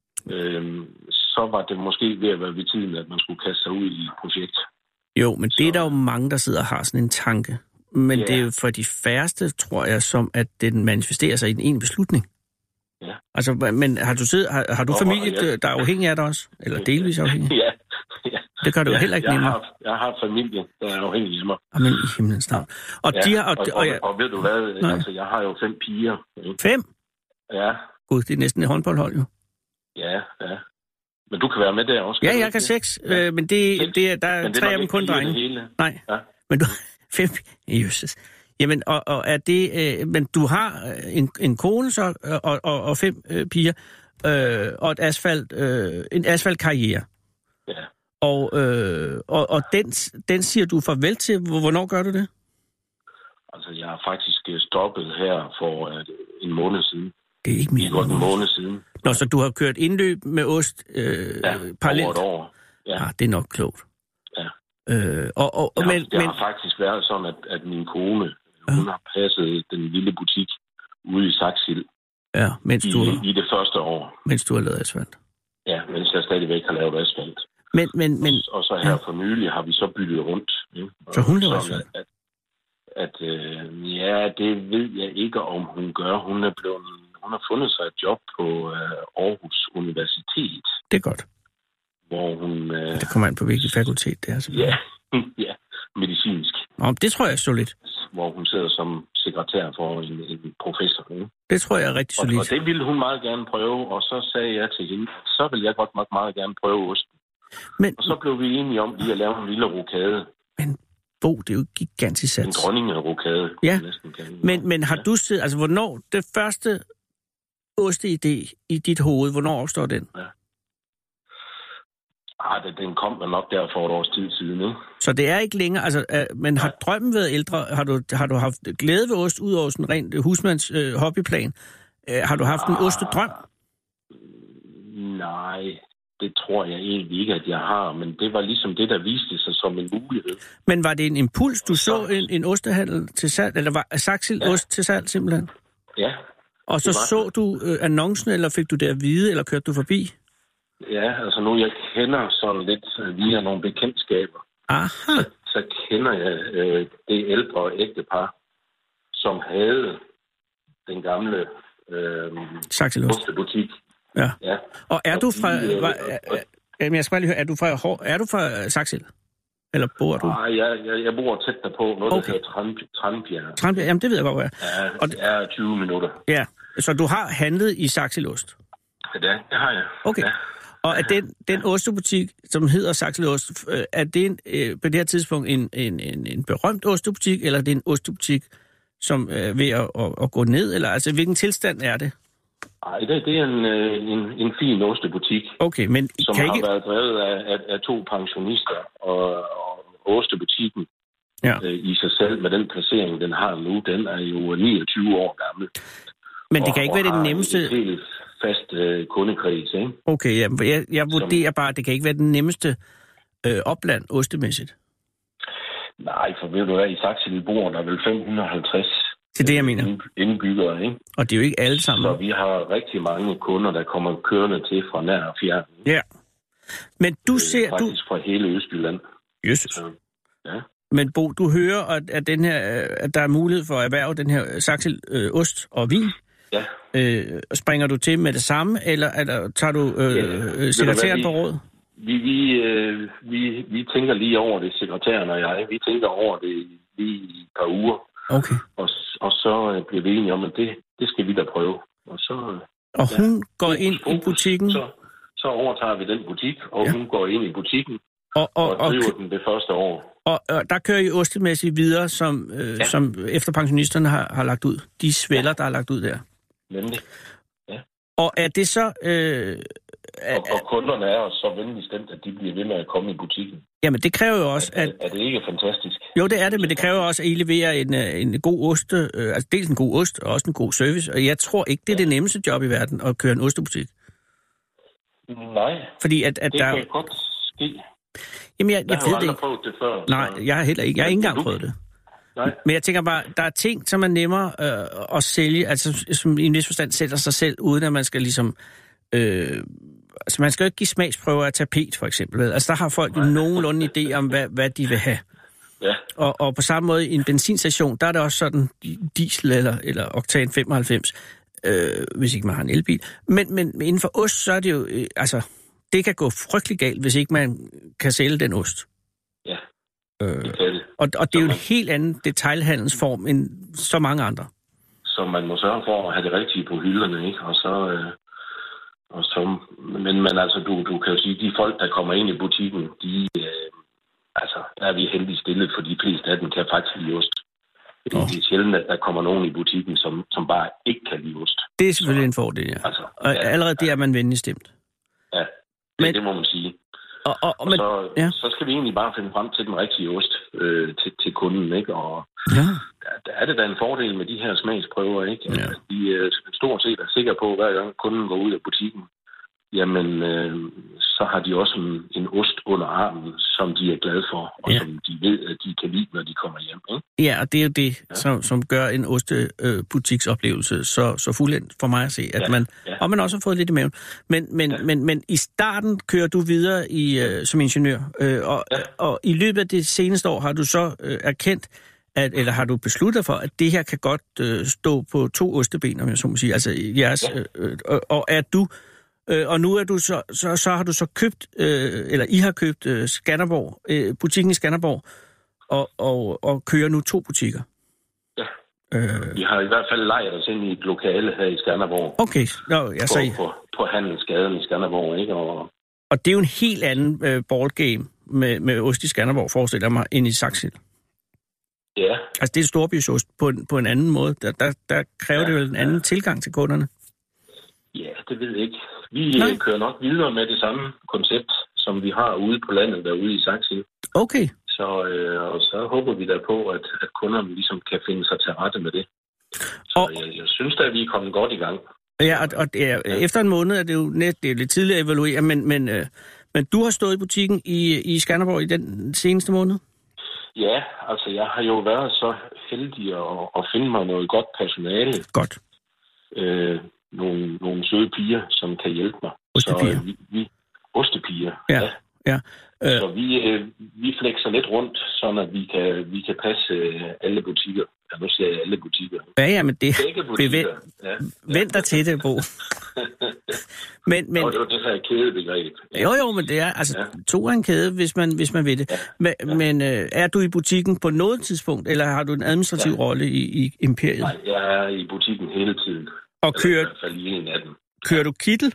Øh, så var det måske ved at være ved tiden, at man skulle kaste sig ud i et projekt. Jo, men så... det er der jo mange, der sidder og har sådan en tanke. Men yeah. det er jo for de færreste, tror jeg, som at den manifesterer sig i en egen beslutning. Ja. Altså, men har du, siddet, har, har du Nå, familie, ja. der er afhængig af dig også? Eller delvis afhængig? Ja. ja. Det gør det jo ja, heller ikke nemmere. Har, jeg har familie, der er afhængig af mig. Jamen, i himlens navn. Og, ja, de har, og, og, og, og, og ved du hvad, nej. altså, jeg har jo fem piger. Ikke? Fem? Ja. Gud, det er næsten et håndboldhold, jo. Ja, ja. Men du kan være med der også. Ja, jeg kan seks, ja. øh, men det, det, det er, der er tre af dem kun drenge. Nej, ja. Men du fem... Jesus. Jamen, og, og er det... Øh, men du har en, en kone så, og, og, og fem øh, piger, øh, og et asfalt, øh, en asfaltkarriere. Ja. Og, øh, og, og den, den siger du farvel til. Hvornår gør du det? Altså, jeg har faktisk stoppet her for øh, en måned siden. Det er ikke mere end en måned siden. Nå, så du har kørt indløb med ost øh, ja, parallelt? over et år. Ja. ja, det er nok klogt. Ja. Øh, og, og, det har, men, det men... har faktisk været sådan, at, at min kone, ja. hun har passet den lille butik ude i Saxil. Ja, mens du... I, i det første år. Mens du har lavet asfalt? Ja, mens jeg stadigvæk har lavet asfalt. Men, men, men... Og, og så her ja. for nylig har vi så byttet rundt. Ja. Så hun laver asfalt? At, at øh, ja, det ved jeg ikke, om hun gør. Hun er blevet... Hun har fundet sig et job på øh, Aarhus Universitet. Det er godt. Hvor hun... Øh, det kommer an på, hvilket fakultet det er, selvfølgelig. Ja, ja, medicinsk. Nå, det tror jeg er solidt. Hvor hun sidder som sekretær for en, en professor. Ikke? Det tror jeg er rigtig solidt. Og, og det ville hun meget gerne prøve, og så sagde jeg til hende, så vil jeg godt meget, meget gerne prøve osten. Men, og så blev vi enige om lige at lave en lille rokade. Men Bo, det er jo gigantisk sats. En dronningerokade. Ja, men, men har du set... Altså, hvornår det første... osteidé i dit hoved, hvornår opstår den? Ja. Ah, det, den kom vel nok der for et års tid siden, ikke? Så det er ikke længere, altså, uh, men har drømmen været ældre? Har du, har du haft glæde ved ost, ud over sådan rent husmands uh, hobbyplan? Uh, har du haft ah, en ostedrøm? Nej, det tror jeg egentlig ikke, at jeg har. Men det var ligesom det, der viste sig som en mulighed. Men var det en impuls, du så en, en ostehandel til salg, eller var Saxil Ja. ost til salg simpelthen? Ja. Og så det var så du øh, annoncen, eller fik du det at vide, eller kørte du forbi? Ja, altså nu jeg kender sådan lidt øh, via nogle bekendtskaber, Aha. så kender jeg øh, det ældre ægtepar, som havde den gamle øh, Saxil ost. ostebutik. Ja. Ja. Og er Og du fra... de, øh, Var, er, jamen, jeg skal bare lige høre, er du fra, Hår- er du fra Saxil? Eller bor du? Nej, jeg, jeg, jeg bor tæt derpå. Noget, Okay. der hedder Tran- Tranbjerg. Tranbjerg, jamen det ved jeg godt, hvor jeg er. Ja, Og det er tyve minutter. Ja, så du har handlet i Saxilost? Ja, det, det har jeg. Okay. Ja. Og er den, den ostebutik, som hedder Saxilost, øh, er det en, øh, på det her tidspunkt en, en, en, en berømt ostebutik, eller er det en ostebutik, som er ved at, at, at gå ned? Eller altså, hvilken tilstand er det? Ej, det, det er en, øh, en, en fin ostebutik, Okay, men som kan har ikke... været drevet af, af, af to pensionister, og, og ostebutikken Ja. øh, i sig selv med den placering, den har nu, den er jo niogtyve år gammel. Men det og, kan ikke og være det har nemmeste... en helt fast øh, kundekreds, ikke? Okay, ja, jeg, jeg vurderer bare, at det kan ikke være den nemmeste øh, opland ostemæssigt. Nej, for ved du hvad, i Saxil bor der er vel fem hundrede og halvtreds Det er det, jeg mener. ind- indbyggere, ikke? Og det er jo ikke alle sammen. Så vi har rigtig mange kunder, der kommer kørende til fra nær og fjern. Ja. Men du ser... Du... Faktisk fra hele Østjylland. Jesus. Så, ja. Men Bo, du hører, at, at, den her, at der er mulighed for at erhverve den her Saxil øh, ost og vin. Ja. Øh, springer du til med det samme, eller, eller tager du øh, Ja. øh, sekretæren vi- på råd? Vi, vi, øh, vi, vi tænker lige over det, sekretæren og jeg. Vi tænker over det lige i et par uger. Okay. Og, og så øh, bliver vi enige om, at det, det skal vi da prøve. Og så, øh, Og hun Ja. går ind i fokus. butikken, Så, så overtager vi den butik, og Ja. ja. hun går ind i butikken og, og, og og, driver den det første år. og, og der kører I ostemæssigt videre, som, øh, Ja. som efter pensionisterne har, har lagt ud. De svælder, der er lagt ud der. Nemlig. Og er det så... Øh, er, Og, og kunderne er også så venligt stemt, at de bliver ved med at komme i butikken. jamen, det kræver jo også, Er, at... er, er det ikke fantastisk? Jo, det er det, men det kræver også, at I leverer en, øh, en god oste, øh, altså dels en god ost, og også en god service. Og jeg tror ikke, det er det nemmeste job i verden, at køre en ostebutik. Nej, Fordi at, at det der... kan godt ske. Jamen, jeg, Jeg jeg har jo ved det aldrig ikke. prøvet det før. Nej, så- jeg har heller ikke. Jeg har ikke engang prøvet det. Nej. Men jeg tænker bare, der er ting, som er nemmere øh, at sælge, altså som i en vis forstand sælger sig selv, uden at man skal ligesom... Øh, altså man skal jo ikke give smagsprøver af tapet, for eksempel. vel? Altså der har folk jo nogenlunde idé om, hvad, hvad de vil have. Ja, Og, og på samme måde i en benzinstation, der er det også sådan diesel eller, eller oktan femoghalvfems, øh, hvis ikke man har en elbil. Men, men inden for ost, så er det jo... Øh, altså, det kan gå frygtelig galt, hvis ikke man kan sælge den ost. ja, Øh, det kan det. og, og det er jo en Så helt anden detailhandelsform end så mange andre. Så man må sørge for at have det rigtige på hylderne, ikke? Og så... Øh, og så men, men altså, du, du kan jo sige, de folk, der kommer ind i butikken, de... Øh, altså, der er vi heldigt stillet, for de fleste af dem kan faktisk lide ost. Det Nå. er sjældent, at der kommer nogen i butikken, som, som bare ikke kan lide ost. Det er selvfølgelig en fordel, ja. Altså, Og ja, allerede der er man venlig stemt. Ja, det, Men- men, det må man sige. Og, og, og, Og men, så, ja. ja. så skal vi egentlig bare finde frem til den rigtige ost øh, til, til kunden, ikke? Og ja. der, der er det da en fordel med de her smagsprøver, ikke? Ja. At de øh, stort set er sikre på, hver gang kunden går ud af butikken, jamen, øh, så har de også en, en ost under armen, som de er glade for, og Ja. ja. som de ved, at de kan lide, når de kommer hjem, ikke? Ja, og det er jo det, Ja. som, som gør en ostebutiksoplevelse så, så fuldendt for mig at se, at Ja, man, ja. og man også har fået lidt i maven. Men, men, Ja. men, men i starten kører du videre i, øh, som ingeniør, øh, og, Ja. og i løbet af det seneste år har du så øh, erkendt, at, eller har du besluttet for, at det her kan godt øh, stå på to osteben, om jeg så må sige, altså jeres, Ja. øh, øh, og, og er du, øh, og nu er du så, så, så har du så købt, øh, eller I har købt øh, Skanderborg, øh, butikken i Skanderborg, og, og, og kører nu to butikker. Ja. Øh, Vi har i hvert fald lejet os ind i et lokale her i Skanderborg, okay, Nå, jeg på, sagde, på, på Handelsgaden i Skanderborg, ikke? Og og det er jo en helt anden øh, ballgame med, med ost i Skanderborg, forestiller jeg mig, end i Saxil. ja, Altså det er storbysоst på en, på en anden måde. Der, der, der kræver Ja, det vel en anden ja. tilgang til kunderne. ja, det ved jeg ikke. Vi Nej. øh, kører nok videre med det samme koncept, som vi har ude på landet derude i Saxil. Okay, Så, øh, og så håber vi da på, at, at kunderne ligesom kan finde sig til rette med det. Så Og- jeg, jeg synes da, at vi er kommet godt i gang. Ja, og, og ja, efter en måned er det jo net, det er lidt tidligere at evaluere, men, men, øh, men du har stået i butikken i, i Skanderborg i den seneste måned? Ja, altså jeg har jo været så heldig at, at finde mig noget godt personale. Godt. Øh, nogle, nogle søde piger, som kan hjælpe mig. Ostepiger? Så, øh, vi, vi, ostepiger, ja. ja. ja. Øh. Så vi, øh, vi flexer lidt rundt, sådan at vi kan, vi kan passe øh, alle butikker. Ja, nu siger jeg alle butikker. Ja, ja, men det... Begge butikker. Ja. Vent dig til det, Bo. men, men... Nå, det var det her kædebegreb. Ja. Jo, jo, men det er altså ja. to er en kæde, hvis man, hvis man vil det. Ja. Men, ja. men øh, er du i butikken på noget tidspunkt, eller har du en administrativ ja. rolle i, i imperiet? Nej, jeg er i butikken hele tiden. Og kører... I hvert fald i en af dem. Kører du kittel?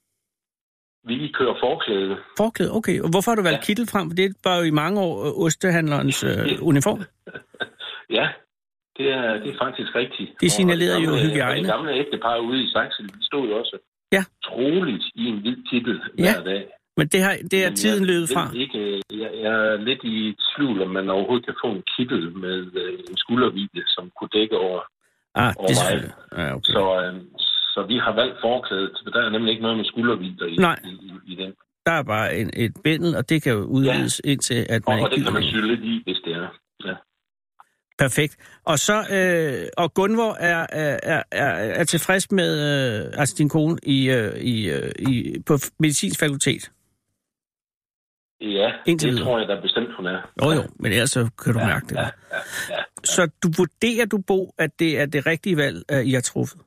Vi kører forklæde. Forklæde, okay. Og hvorfor har du valgt ja. kittel frem? For det var jo i mange år øh, ostehandlerens øh, uniform. Ja, det er, det er faktisk rigtigt. Det signalerede gamle, jo hygiejne. Det gamle ægtepar ude i Saxel, de stod jo også ja. troligt i en hvid kittel ja. hver dag. Men det, har, det er Men tiden løbet fra? Ikke, jeg, jeg er lidt i tvivl, om man overhovedet kan få en kittel med øh, en skuldervidde, som kunne dække over, ah, over det mig. Ja, okay. Så, øh, så vi har valgt forklædet, for der er nemlig ikke noget med skuldervidder i, Nej. i, i, i den. Der er bare en, et bændel, og det kan jo udvides ja. indtil, at man og, og ikke... det kan man syge lidt i, hvis det er. Ja. Perfekt. Og så, øh, og Gunvor er, er, er, er tilfreds med, øh, altså din kone, i, øh, i, øh, i, på medicinsk fakultet? Ja, Indtil det videre. tror jeg da bestemt, hun er. Jo jo, men ellers så kan du ja, mærke det. Ja, ja, ja, ja. Så du vurderer, du, Bo, at det er det rigtige valg, I har truffet?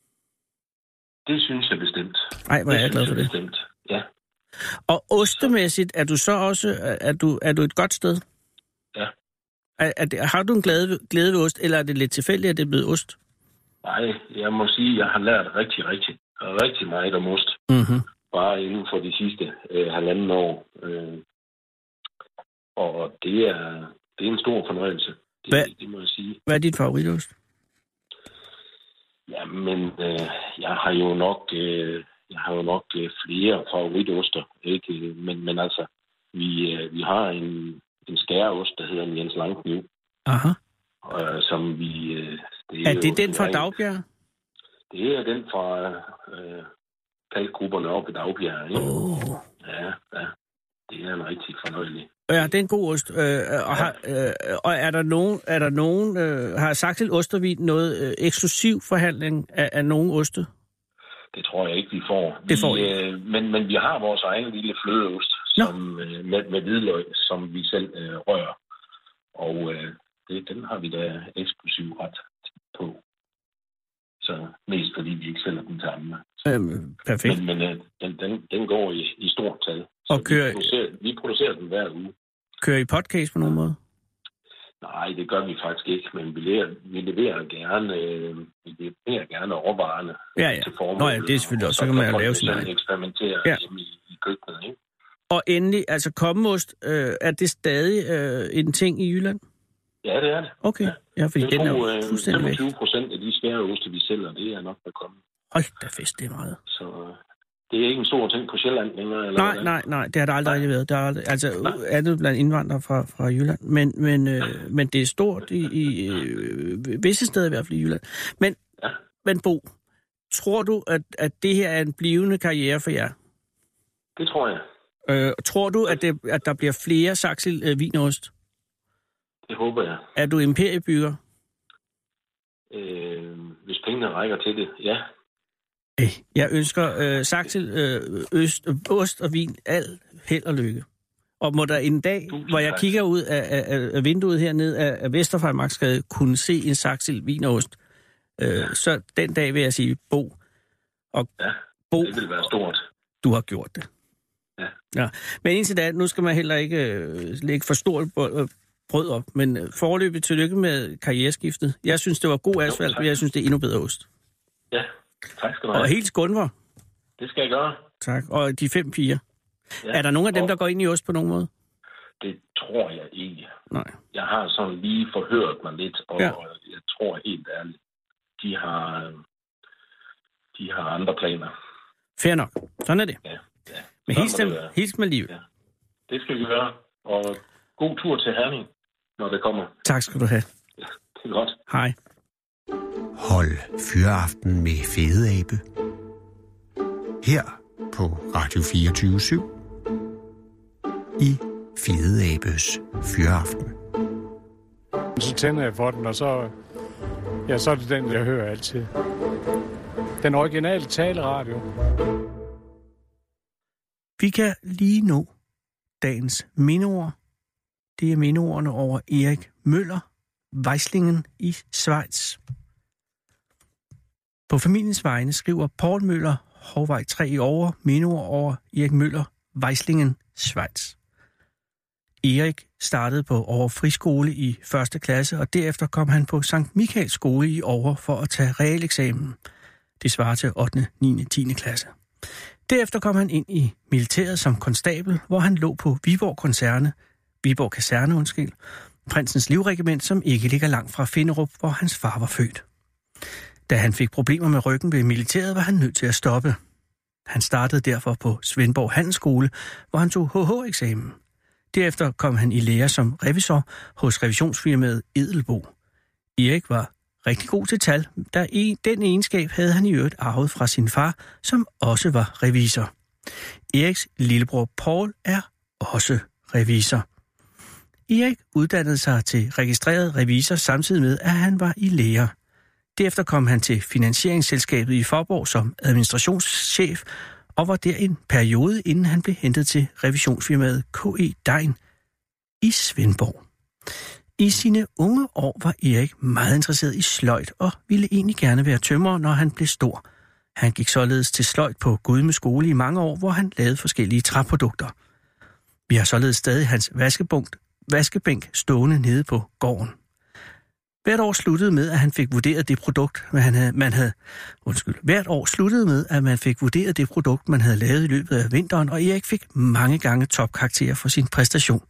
Det synes jeg bestemt. Nej, hvor er jeg glad for det. Bestemt. Ja. Og ostemæssigt, er du så også, er du, er du et godt sted? Ja. Er, er det, har du en glæde, glæde ved ost, eller er det lidt tilfældigt, at det er blevet ost? Nej, jeg må sige, at jeg har lært rigtig, rigtig, rigtig meget om ost. Mm-hmm. Bare inden for de sidste øh, halvanden år. Øh, og det er, det er en stor fornøjelse. Det, hvad, det må jeg sige. Hvad er dit favoritost? Jamen, øh, jeg har jo nok, øh, jeg har jo nok øh, flere favoritoster, ikke? Men, men altså, vi, øh, vi har en, en skæreost, der hedder en Jens Langkniv. Aha. Øh, som vi... Øh, det er, er er det den fra ren... Daugbjerg? Det er den fra øh, kalkgrupperne oppe i Daugbjerg, ikke? Oh. Ja, ja. Det er en rigtig fornøjelig. Ja, det er en god ost. Øh, og, har, øh, og er der nogen, er der nogen øh, har Saxel Ostervin noget øh, eksklusiv forhandling af, af nogen oste? Det tror jeg ikke, vi får. Det får vi, øh, men, men vi har vores egen lille flødeost som, øh, med, med hvidløg, som vi selv øh, rører. Og øh, det, den har vi da eksklusiv ret på. Så mest fordi vi ikke sælger den til andre. Øhm, perfekt. Men, men øh, den, den, den går i, i stort tal. Og så kører... vi, producerer, vi producerer den hver uge. Kører I podcast på nogen måde? Nej, det gør vi faktisk ikke, men vi leverer, vi leverer gerne, øh, vi leverer gerne råvarerne ja, ja. til formålet. Nå ja, det er selvfølgelig også. Så kan man jo lave sin egen. Eksperimentere ja. hjemme i, i køkkenet, ikke? Og endelig, altså kommeost, øh, er det stadig øh, en ting i Jylland? Ja, det er det. Okay, ja, ja fordi jeg den tror, er jo fuldstændig væk. femogtyve procent af de skæreoste, vi sælger, det er nok der kommet. Hold da fest, det er meget. Så det er ikke en stor ting på Sjælland længere? Eller nej, nej, nej, det har der aldrig været. Der er aldrig, altså, er det blandt indvandrere fra, fra Jylland, men, men, øh, men det er stort i, i øh, visse steder, i hvert fald i Jylland. Men, ja. men Bo, tror du, at, at det her er en blivende karriere for jer? Det tror jeg. Øh, tror du, at, det, at der bliver flere Saxel øh, vinost? Det håber jeg. Er du imperiebygger? Øh, hvis pengene rækker til det, ja. Jeg ønsker øh, Saxel, øh, øst, ost og vin, alt held og lykke. Og må der en dag, Tusind hvor jeg tak. kigger ud af, af, af vinduet hernede af, af Vesterfejmarksgade, kunne se en Saxel vin og ost, øh, ja. så den dag vil jeg sige, Bo. Og ja, Bo, det vil være stort. Du har gjort det. Ja. Ja. Men indtil da, nu skal man heller ikke øh, lægge for stort brød op, men øh, foreløbig tillykke med karriereskiftet. Jeg synes, det var god asfalt, og jeg synes, det er endnu bedre ost. Ja, tak skal du have. Og helt Gunvor. Det skal jeg gøre. Tak. Og de fem piger. Ja. Er der nogen af dem, der går ind i ost på nogen måde? Det tror jeg ikke. Nej. Jeg har sådan lige forhørt mig lidt, og ja. jeg tror helt ærligt, de har, de har andre planer. Fair nok. Sådan er det. Ja. ja. Men hils, dem, hils med livet. Ja. Det skal vi gøre. Og god tur til Herning, når det kommer. Tak skal du have. Ja, det er godt. Hej. Hold Fyraften med Fede Abe. her på Radio fireogtyve syv i Fede Abes Fyraften. Så tænder jeg for den, og så, ja, så er det den, jeg hører altid. Den originale taleradio. Vi kan lige nå dagens mindeord. Det er mindeordene over Erik Møller, Weislingen i Schweiz. På familiens vegne skriver Paul Møller, Hovvej tre i Over, mindeord over Erik Møller, Weislingen, Schweiz. Erik startede på Over Friskole i første klasse, og derefter kom han på Sankt Michaels skole i Over for at tage realeksamen. Det svarer til ottende, niende og tiende klasse. Derefter kom han ind i militæret som konstabel, hvor han lå på Viborg Kaserne, Viborg Kaserne, undskyld, Prinsens Livregiment, som ikke ligger langt fra Finderup, hvor hans far var født. Da han fik problemer med ryggen ved militæret, var han nødt til at stoppe. Han startede derfor på Svendborg Handelsskole, hvor han tog H H-eksamen. Derefter kom han i lære som revisor hos revisionsfirmaet Edelbo. Erik var rigtig god til tal, da i den egenskab havde han i øvrigt arvet fra sin far, som også var revisor. Eriks lillebror Paul er også revisor. Erik uddannede sig til registreret revisor samtidig med, at han var i lære. Derefter kom han til finansieringsselskabet i Faaborg som administrationschef, og var der en periode, inden han blev hentet til revisionsfirmaet K E Dein i Svendborg. I sine unge år var Erik meget interesseret i sløjd og ville egentlig gerne være tømrer, når han blev stor. Han gik således til sløjd på Gudme Skole i mange år, hvor han lavede forskellige træprodukter. Vi har således stadig hans vaskebunk, vaskebænk stående nede på gården. Hvert år sluttede med, at han fik vurderet det produkt, man havde, man havde undskyld, hvert år sluttede med, at man fik vurderet det produkt, man havde lavet i løbet af vinteren, og Erik fik mange gange topkarakterer for sin præstation.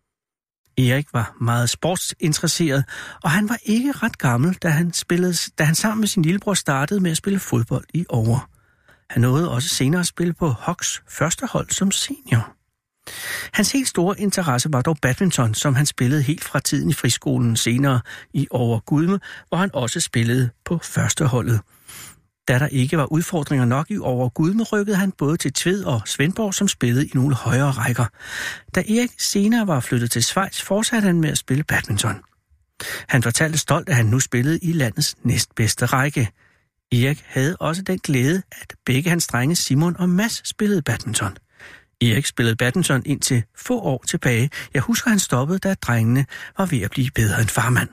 Erik var meget sportsinteresseret, og han var ikke ret gammel, da han, spillede, da han sammen med sin lillebror startede med at spille fodbold i Over. Han nåede også senere at spille på Hoks første hold som senior. Hans helt store interesse var dog badminton, som han spillede helt fra tiden i friskolen, senere i Over Gudme, hvor han også spillede på førsteholdet. Da der ikke var udfordringer nok i Over Gudme, rykkede han både til Tved og Svendborg, som spillede i nogle højere rækker. Da Erik senere var flyttet til Schweiz, fortsatte han med at spille badminton. Han fortalte stolt, at han nu spillede i landets næstbedste række. Erik havde også den glæde, at begge hans drenge Simon og Mads spillede badminton. Erik spillede badminton indtil få år tilbage. Jeg husker, han stoppede, da drengene var ved at blive bedre end farmand.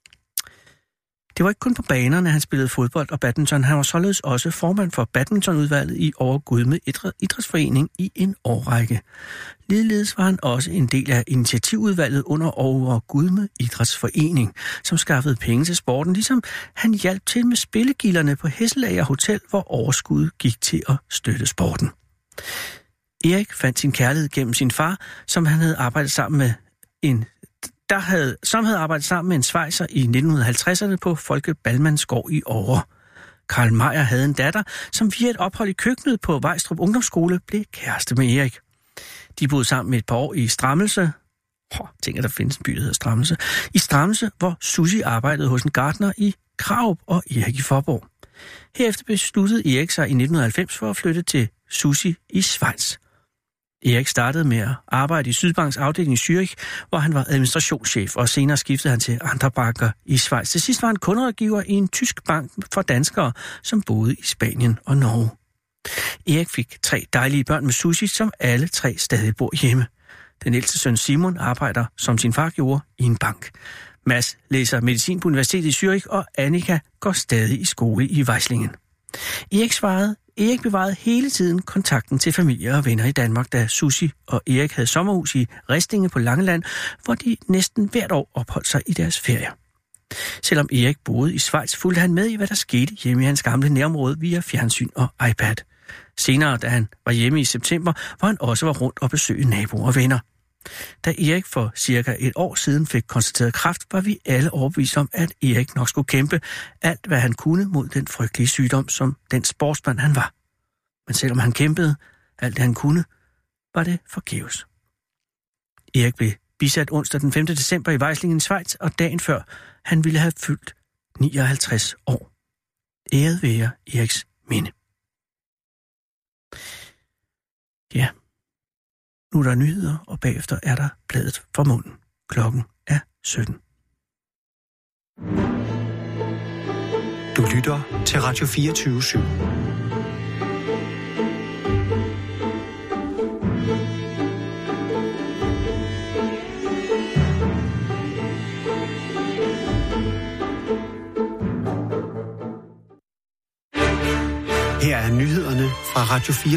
Det var ikke kun på banerne, han spillede fodbold og badminton. Han var således også formand for badmintonudvalget i Over Gudme Idrætsforening i en årrække. Ligeledes var han også en del af initiativudvalget under Over Gudme Idrætsforening, som skaffede penge til sporten, ligesom han hjalp til med spillegilderne på Hesselager Hotel, hvor overskuddet gik til at støtte sporten. Erik fandt sin kærlighed gennem sin far, som han havde arbejdet sammen med en der havde, som havde arbejdet sammen med en svejser i nitten halvtredserne på Folke Ballmannsgård i Over. Karl Meyer havde en datter, som via et ophold i køkkenet på Vejstrup Ungdomsskole blev kæreste med Erik. De boede sammen med et par år i Strammelse. Oh, tænker, der findes en by, der hedder Strammelse. I Strammelse, hvor Susie arbejdede hos en gartner i Krarup og Erik i Faaborg. Herefter besluttede Erik sig i nitten halvfems for at flytte til Susie i Schweiz. Erik startede med at arbejde i Sydbanks afdeling i Zürich, hvor han var administrationschef, og senere skiftede han til andre banker i Schweiz. Til sidst var han kunderådgiver i en tysk bank for danskere, som boede i Spanien og Norge. Erik fik tre dejlige børn med Susie, som alle tre stadig bor hjemme. Den ældste søn Simon arbejder, som sin far gjorde, i en bank. Mads læser medicin på universitetet i Zürich, og Annika går stadig i skole i Weislingen. Erik svarede, Erik bevarede hele tiden kontakten til familie og venner i Danmark, da Susie og Erik havde sommerhus i Ristinge på Langeland, hvor de næsten hvert år opholdt sig i deres ferier. Selvom Erik boede i Schweiz, fulgte han med i, hvad der skete hjemme i hans gamle nærområde via fjernsyn og iPad. Senere, da han var hjemme i september, hvor han også var rundt og besøgte naboer og venner. Da Erik for cirka et år siden fik konstateret kræft, var vi alle overbevist om, at Erik nok skulle kæmpe alt, hvad han kunne mod den frygtelige sygdom, som den sportsmand han var. Men selvom han kæmpede alt det han kunne, var det forgæves. Erik blev bisat onsdag den femte december i Weislingen, Schweiz, og dagen før han ville have fyldt nioghalvtreds år. Æret være Eriks minde. Ja, nu er der nyheder, og bagefter er der bladet for munden. Klokken er sytten. Du lytter til Radio fireogtyve syv. Her er nyhederne fra Radio fire.